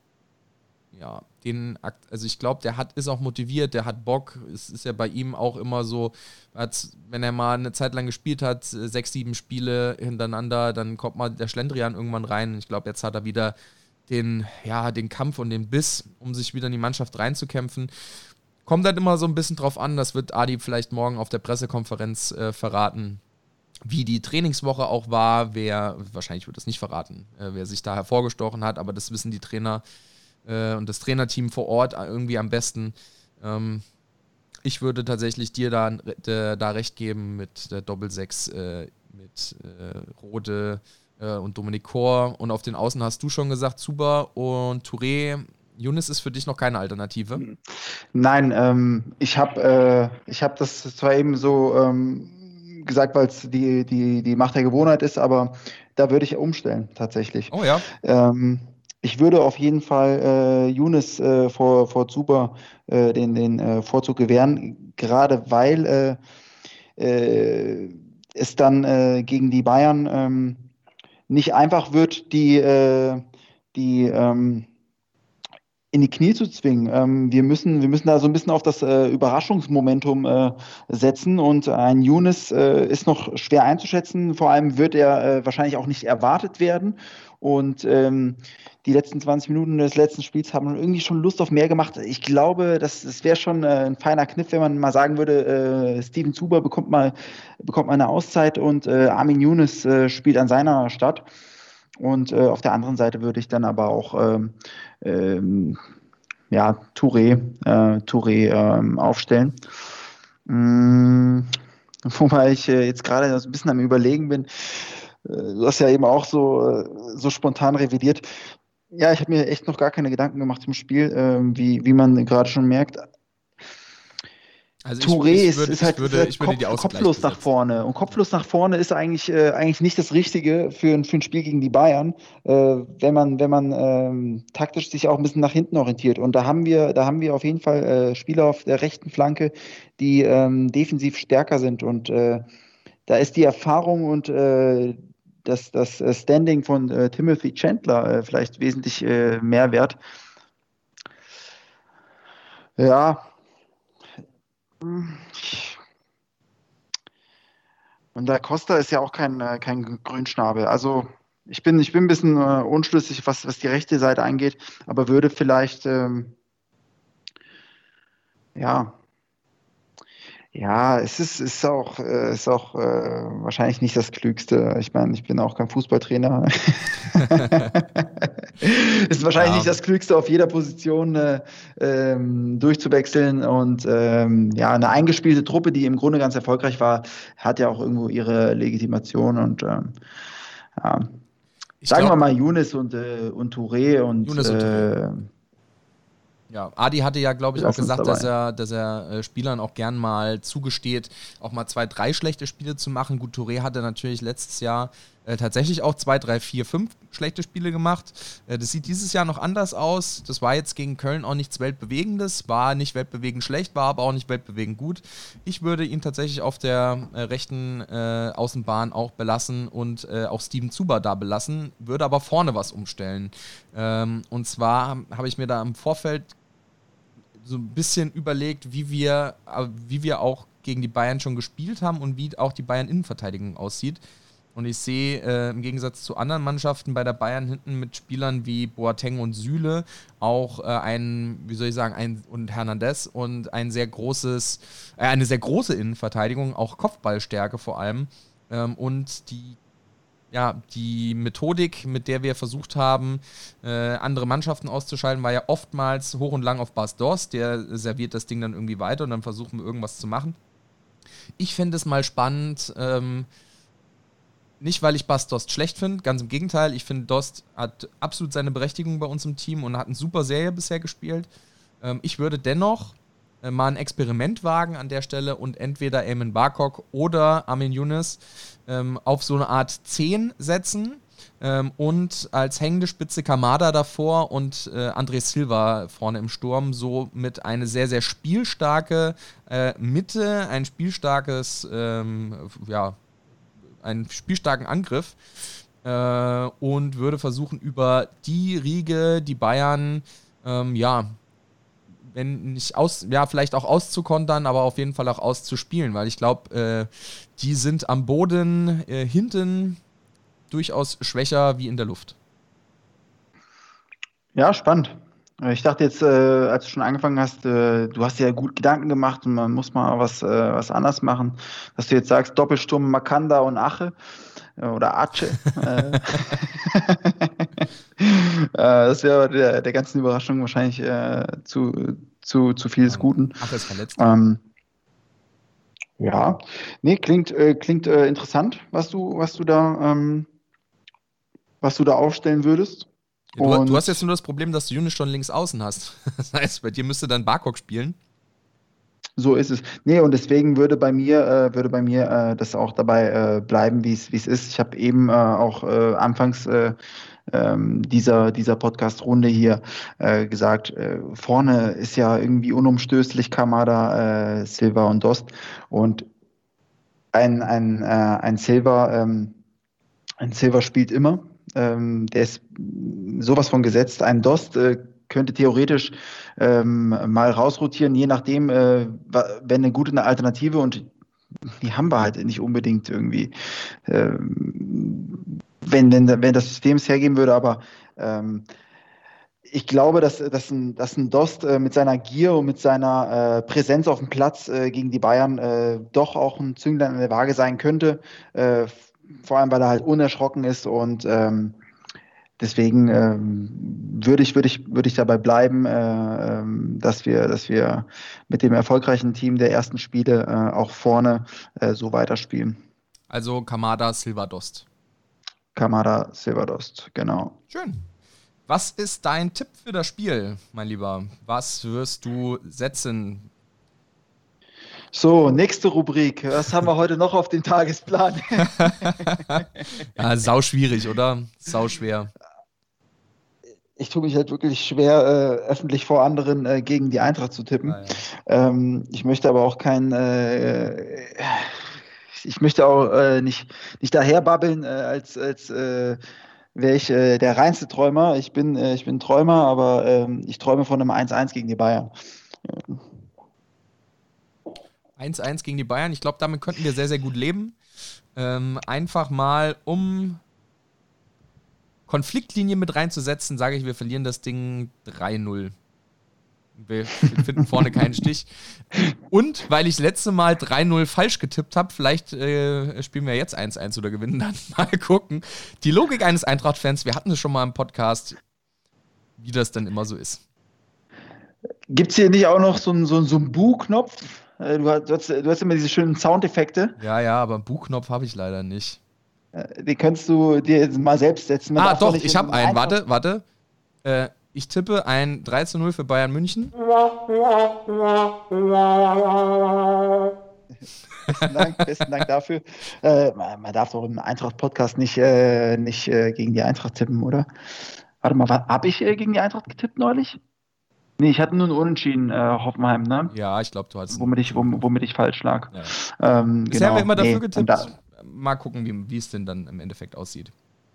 ja, den, also ich glaube, der hat, ist auch motiviert, der hat Bock. Es ist ja bei ihm auch immer so, als wenn er mal eine Zeit lang gespielt hat, sechs, sieben Spiele hintereinander, dann kommt mal der Schlendrian irgendwann rein. Ich glaube, jetzt hat er wieder den, ja, den Kampf und den Biss, um sich wieder in die Mannschaft reinzukämpfen. Kommt halt immer so ein bisschen drauf an, das wird Adi vielleicht morgen auf der Pressekonferenz äh, verraten, wie die Trainingswoche auch war, wer, wahrscheinlich wird das nicht verraten, äh, wer sich da hervorgestochen hat, aber das wissen die Trainer und das Trainerteam vor Ort irgendwie am besten. Ähm, ich würde tatsächlich dir da, de, da recht geben mit der Doppel-Sechs, äh, mit äh, Rode äh, und Dominic Kor. Und auf den Außen hast du schon gesagt, Zuber und Touré. Younes ist für dich noch keine Alternative? Nein, ähm, ich habe äh, ich hab das zwar eben so ähm, gesagt, weil es die, die, die Macht der Gewohnheit ist, aber da würde ich umstellen, tatsächlich. Oh ja. Ähm, Ich würde auf jeden Fall äh, Younes äh, vor, vor Zuber äh, den, den äh, Vorzug gewähren, gerade weil äh, äh, es dann äh, gegen die Bayern ähm, nicht einfach wird, die, äh, die ähm, in die Knie zu zwingen. Ähm, wir müssen, wir müssen da so ein bisschen auf das äh, Überraschungsmomentum äh, setzen, und ein Younes äh, ist noch schwer einzuschätzen. Vor allem wird er äh, wahrscheinlich auch nicht erwartet werden. Und ähm, die letzten zwanzig Minuten des letzten Spiels haben irgendwie schon Lust auf mehr gemacht. Ich glaube, das, das wäre schon äh, ein feiner Kniff, wenn man mal sagen würde, äh, Steven Zuber bekommt mal, bekommt mal eine Auszeit und äh, Armin Younes äh, spielt an seiner Stadt. Und äh, auf der anderen Seite würde ich dann aber auch ähm, ähm, ja, Touré, äh, Touré ähm, aufstellen. Mm, wobei ich äh, jetzt gerade so ein bisschen am Überlegen bin. Äh, du hast ja eben auch so, äh, so spontan revidiert. Ja, ich habe mir echt noch gar keine Gedanken gemacht zum Spiel, äh, wie, wie man gerade schon merkt. Also Touré ich, ich ist, würde, ist halt, ich würde, ist halt ich würde die Kopf, kopflos nach vorne. Und kopflos nach vorne ist eigentlich, äh, eigentlich nicht das Richtige für, ein- für ein Spiel gegen die Bayern, äh, wenn man, wenn man ähm, taktisch sich auch ein bisschen nach hinten orientiert. Und da haben wir, da haben wir auf jeden Fall äh, Spieler auf der rechten Flanke, die ähm, defensiv stärker sind. Und äh, da ist die Erfahrung und äh, das, das Standing von äh, Timothy Chandler äh, vielleicht wesentlich äh, mehr wert. Ja. Und der Costa ist ja auch kein, äh, kein Grünschnabel. Also ich bin, ich bin ein bisschen äh, unschlüssig, was, was die rechte Seite angeht, aber würde vielleicht, ähm, ja, ja, es ist, ist auch, äh, ist auch äh, wahrscheinlich nicht das Klügste. Ich meine, ich bin auch kein Fußballtrainer. Ist wahrscheinlich Ja. nicht das Klügste, auf jeder Position äh, ähm, durchzuwechseln. Und ähm, ja, eine eingespielte Truppe, die im Grunde ganz erfolgreich war, hat ja auch irgendwo ihre Legitimation. Und ähm, ja. Ich Sagen wir glaub, mal Younes und, äh, und Touré und, Younes und Touré. äh, Ja, Adi hatte ja, glaube ich, auch Lass uns gesagt, dabei. dass er, dass er äh, Spielern auch gern mal zugesteht, auch mal zwei, drei schlechte Spiele zu machen. Gut, Touré hatte natürlich letztes Jahr äh, tatsächlich auch zwei, drei, vier, fünf schlechte Spiele gemacht. Äh, das sieht dieses Jahr noch anders aus. Das war jetzt gegen Köln auch nichts Weltbewegendes, war nicht weltbewegend schlecht, war aber auch nicht weltbewegend gut. Ich würde ihn tatsächlich auf der äh, rechten äh, Außenbahn auch belassen und äh, auch Steven Zuber da belassen, würde aber vorne was umstellen. Ähm, und zwar habe ich mir da im Vorfeld so ein bisschen überlegt, wie wir, äh, wie wir auch gegen die Bayern schon gespielt haben und wie auch die Bayern-Innenverteidigung aussieht. Und ich sehe äh, im Gegensatz zu anderen Mannschaften bei der Bayern hinten mit Spielern wie Boateng und Süle auch äh, ein, wie soll ich sagen, ein, und Hernandez und ein sehr großes, äh, eine sehr große Innenverteidigung, auch Kopfballstärke vor allem. Ähm, und die Ja, die Methodik, mit der wir versucht haben, äh, andere Mannschaften auszuschalten, war ja oftmals hoch und lang auf Bas Dost. Der serviert das Ding dann irgendwie weiter und dann versuchen wir irgendwas zu machen. Ich finde es mal spannend, ähm, nicht weil ich Bas Dost schlecht finde, ganz im Gegenteil. Ich finde, Dost hat absolut seine Berechtigung bei uns im Team und hat eine super Serie bisher gespielt. Ähm, ich würde dennoch äh, mal ein Experiment wagen an der Stelle und entweder Eamon Barkok oder Armin Younes ähm, auf so eine Art zehn setzen ähm, und als hängende Spitze Kamada davor und äh, André Silva vorne im Sturm, so mit eine sehr, sehr spielstarke äh, Mitte, ein spielstarkes, ähm, ja, einen spielstarken Angriff äh, und würde versuchen, über die Riege, die Bayern, ähm, ja, wenn nicht aus, ja, vielleicht auch auszukontern, aber auf jeden Fall auch auszuspielen, weil ich glaube, äh, die sind am Boden äh, hinten durchaus schwächer wie in der Luft. Ja, spannend. Ich dachte jetzt, äh, als du schon angefangen hast, äh, du hast dir ja gut Gedanken gemacht und man muss mal was, äh, was anders machen, dass du jetzt sagst, Doppelsturm Makanda und Ache äh, oder Ace. äh, äh, das wäre der, der ganzen Überraschung wahrscheinlich äh, zu, zu, zu viel des Guten. Ach, ist verletzt. Ähm, ja, nee, klingt, äh, klingt äh, interessant, was du, was du da, ähm, was du da aufstellen würdest. Ja, du, Und du hast jetzt nur das Problem, dass du Younes schon links außen hast. Das heißt, bei dir müsste dann Barkok spielen. so ist es. Nee, und deswegen würde bei mir, äh, würde bei mir äh, das auch dabei äh, bleiben, wie es wie es ist. Ich habe eben äh, auch äh, anfangs äh, ähm, dieser, dieser Podcast-Runde hier äh, gesagt, äh, vorne ist ja irgendwie unumstößlich Kamada, äh, Silva und Dost. Und ein, ein, äh, ein Silva, ähm, ein Silva spielt immer. Ähm, der ist sowas von gesetzt. Ein Dost äh, könnte theoretisch ähm, mal rausrotieren, je nachdem, äh, wenn eine gute Alternative, und die haben wir halt nicht unbedingt irgendwie, ähm, wenn, wenn, wenn das System es hergeben würde, aber ähm, ich glaube, dass, dass, ein, dass ein Dost äh, mit seiner Gier und mit seiner äh, Präsenz auf dem Platz äh, gegen die Bayern äh, doch auch ein Zünglein an der Waage sein könnte. Äh, vor allem, weil er halt unerschrocken ist und ähm, deswegen ähm, würde ich, würde ich, würde ich dabei bleiben, äh, ähm, dass wir, dass wir mit dem erfolgreichen Team der ersten Spiele äh, auch vorne äh, so weiterspielen. Also Kamada, Silva, Dost. Kamada, Silvadost, genau. Schön. Was ist dein Tipp für das Spiel, mein Lieber? Was wirst du setzen? So, nächste Rubrik. Was haben wir heute noch auf dem Tagesplan? Ja, sau schwierig, oder? Sau schwer. Ich tue mich halt wirklich schwer, äh, öffentlich vor anderen äh, gegen die Eintracht zu tippen. Ah, ja. Ähm, ich möchte aber auch kein, äh, ich ich, ich möchte auch äh, nicht, nicht daherbabbeln, äh, als, als äh, wäre ich äh, der reinste Träumer. Ich bin, äh, ich bin Träumer, aber ähm, ich träume von einem eins eins gegen die Bayern. eins eins gegen die Bayern. Ich glaube, damit könnten wir sehr, sehr gut leben. Ähm, einfach mal, um Konfliktlinie mit reinzusetzen, sage ich, wir verlieren das Ding drei null. Wir finden vorne keinen Stich. Und weil ich letzte Mal drei null falsch getippt habe, vielleicht äh, spielen wir jetzt eins eins oder gewinnen dann. Mal gucken. Die Logik eines Eintracht-Fans, wir hatten es schon mal im Podcast, wie das dann immer so ist. Gibt es hier nicht auch noch so einen so, so Bu-Knopf? Du hast, du, hast, du hast immer diese schönen Soundeffekte. Ja, ja, aber einen Bu-Knopf habe ich leider nicht. Den kannst du dir jetzt mal selbst setzen. Man ah, doch, ich habe einen. Warte, warte. Äh, ich tippe ein drei zu null für Bayern München. Besten Dank, besten Dank dafür. Äh, man, man darf doch im Eintracht-Podcast nicht, äh, nicht äh, gegen die Eintracht tippen, oder? Warte mal, habe ich äh, gegen die Eintracht getippt neulich? Nee, ich hatte nur einen Unentschieden, äh, Hoffenheim, ne? Ja, ich glaube, du hast... Womit ich, womit ich falsch lag. Ja. Ähm, Bisher genau. haben wir immer dafür nee, getippt. Da, mal gucken, wie, wie es denn dann im Endeffekt aussieht.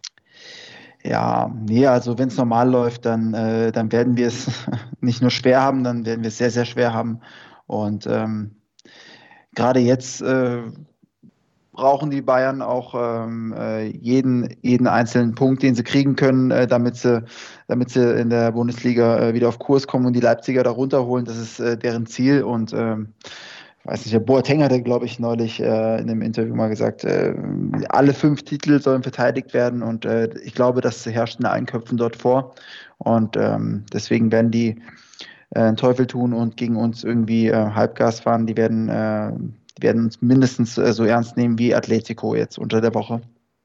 Ja, nee, also wenn es normal läuft, dann, äh, dann werden wir es nicht nur schwer haben, dann werden wir es sehr, sehr schwer haben. Und ähm, gerade jetzt äh, brauchen die Bayern auch ähm, äh, jeden, jeden einzelnen Punkt, den sie kriegen können, äh, damit sie, damit sie in der Bundesliga äh, wieder auf Kurs kommen und die Leipziger da runterholen. Das ist äh, deren Ziel. Und ähm, ich weiß nicht, der Boateng hatte, glaube ich, neulich äh, in einem Interview mal gesagt, äh, alle fünf Titel sollen verteidigt werden. Und äh, ich glaube, das herrscht in allen Köpfen dort vor. Und ähm, deswegen werden die äh, einen Teufel tun und gegen uns irgendwie äh, Halbgas fahren. Die werden äh, Die werden uns mindestens äh, so ernst nehmen wie Atletico jetzt unter der Woche.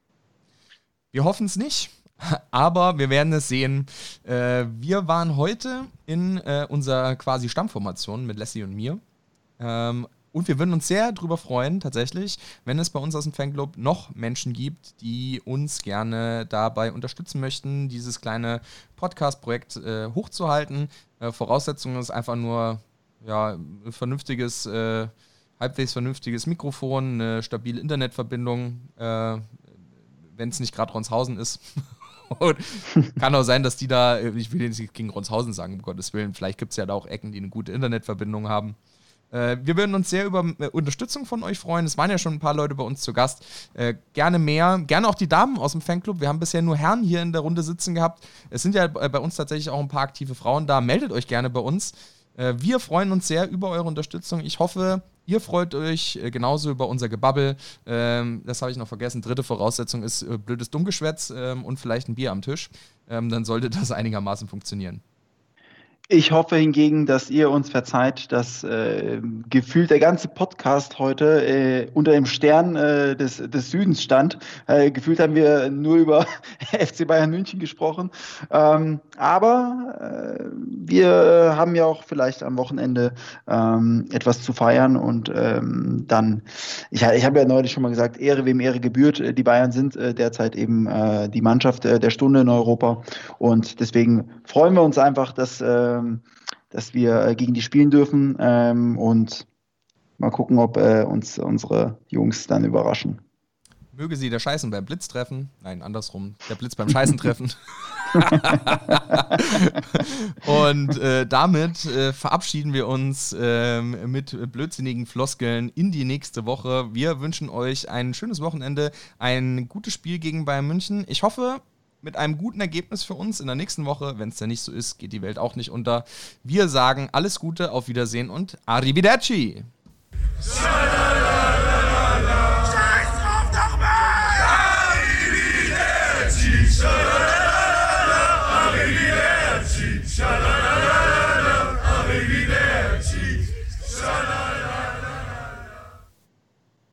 Wir hoffen es nicht, aber wir werden es sehen. Äh, wir waren heute in äh, unserer quasi Stammformation mit Lassie und mir. Ähm, und wir würden uns sehr darüber freuen, tatsächlich, wenn es bei uns aus dem Fanclub noch Menschen gibt, die uns gerne dabei unterstützen möchten, dieses kleine Podcast-Projekt äh, hochzuhalten. Äh, Voraussetzung ist einfach nur ja, ein vernünftiges äh, halbwegs vernünftiges Mikrofon, eine stabile Internetverbindung, äh, wenn es nicht gerade Ronshausen ist. Und kann auch sein, dass die da, ich will jetzt nicht gegen Ronshausen sagen, um Gottes Willen, vielleicht gibt es ja da auch Ecken, die eine gute Internetverbindung haben. Äh, wir würden uns sehr über äh, Unterstützung von euch freuen. Es waren ja schon ein paar Leute bei uns zu Gast. Äh, gerne mehr, gerne auch die Damen aus dem Fanclub. Wir haben bisher nur Herren hier in der Runde sitzen gehabt. Es sind ja bei uns tatsächlich auch ein paar aktive Frauen da. Meldet euch gerne bei uns. Äh, wir freuen uns sehr über eure Unterstützung. Ich hoffe, ihr freut euch äh, genauso über unser Gebabbel. Ähm, das habe ich noch vergessen. Dritte Voraussetzung ist äh, blödes Dummgeschwätz ähm, und vielleicht ein Bier am Tisch. Ähm, dann sollte das einigermaßen funktionieren. Ich hoffe hingegen, dass ihr uns verzeiht, dass äh, gefühlt der ganze Podcast heute äh, unter dem Stern äh, des, des Südens stand. Äh, gefühlt haben wir nur über F C Bayern München gesprochen. Ähm, aber äh, wir haben ja auch vielleicht am Wochenende ähm, etwas zu feiern. Und ähm, dann, ich, ich habe ja neulich schon mal gesagt, Ehre wem Ehre gebührt. Die Bayern sind äh, derzeit eben äh, die Mannschaft äh, der Stunde in Europa. Und deswegen freuen wir uns einfach, dass äh, dass wir gegen die spielen dürfen ähm, und mal gucken, ob äh, uns unsere Jungs dann überraschen. Möge sie der Scheißen beim Blitz treffen. Nein, andersrum. Der Blitz beim Scheißen treffen. Und äh, damit äh, verabschieden wir uns äh, mit blödsinnigen Floskeln in die nächste Woche. Wir wünschen euch ein schönes Wochenende, ein gutes Spiel gegen Bayern München. Ich hoffe, mit einem guten Ergebnis für uns in der nächsten Woche. Wenn es denn nicht so ist, geht die Welt auch nicht unter. Wir sagen alles Gute, auf Wiedersehen und Arrivederci!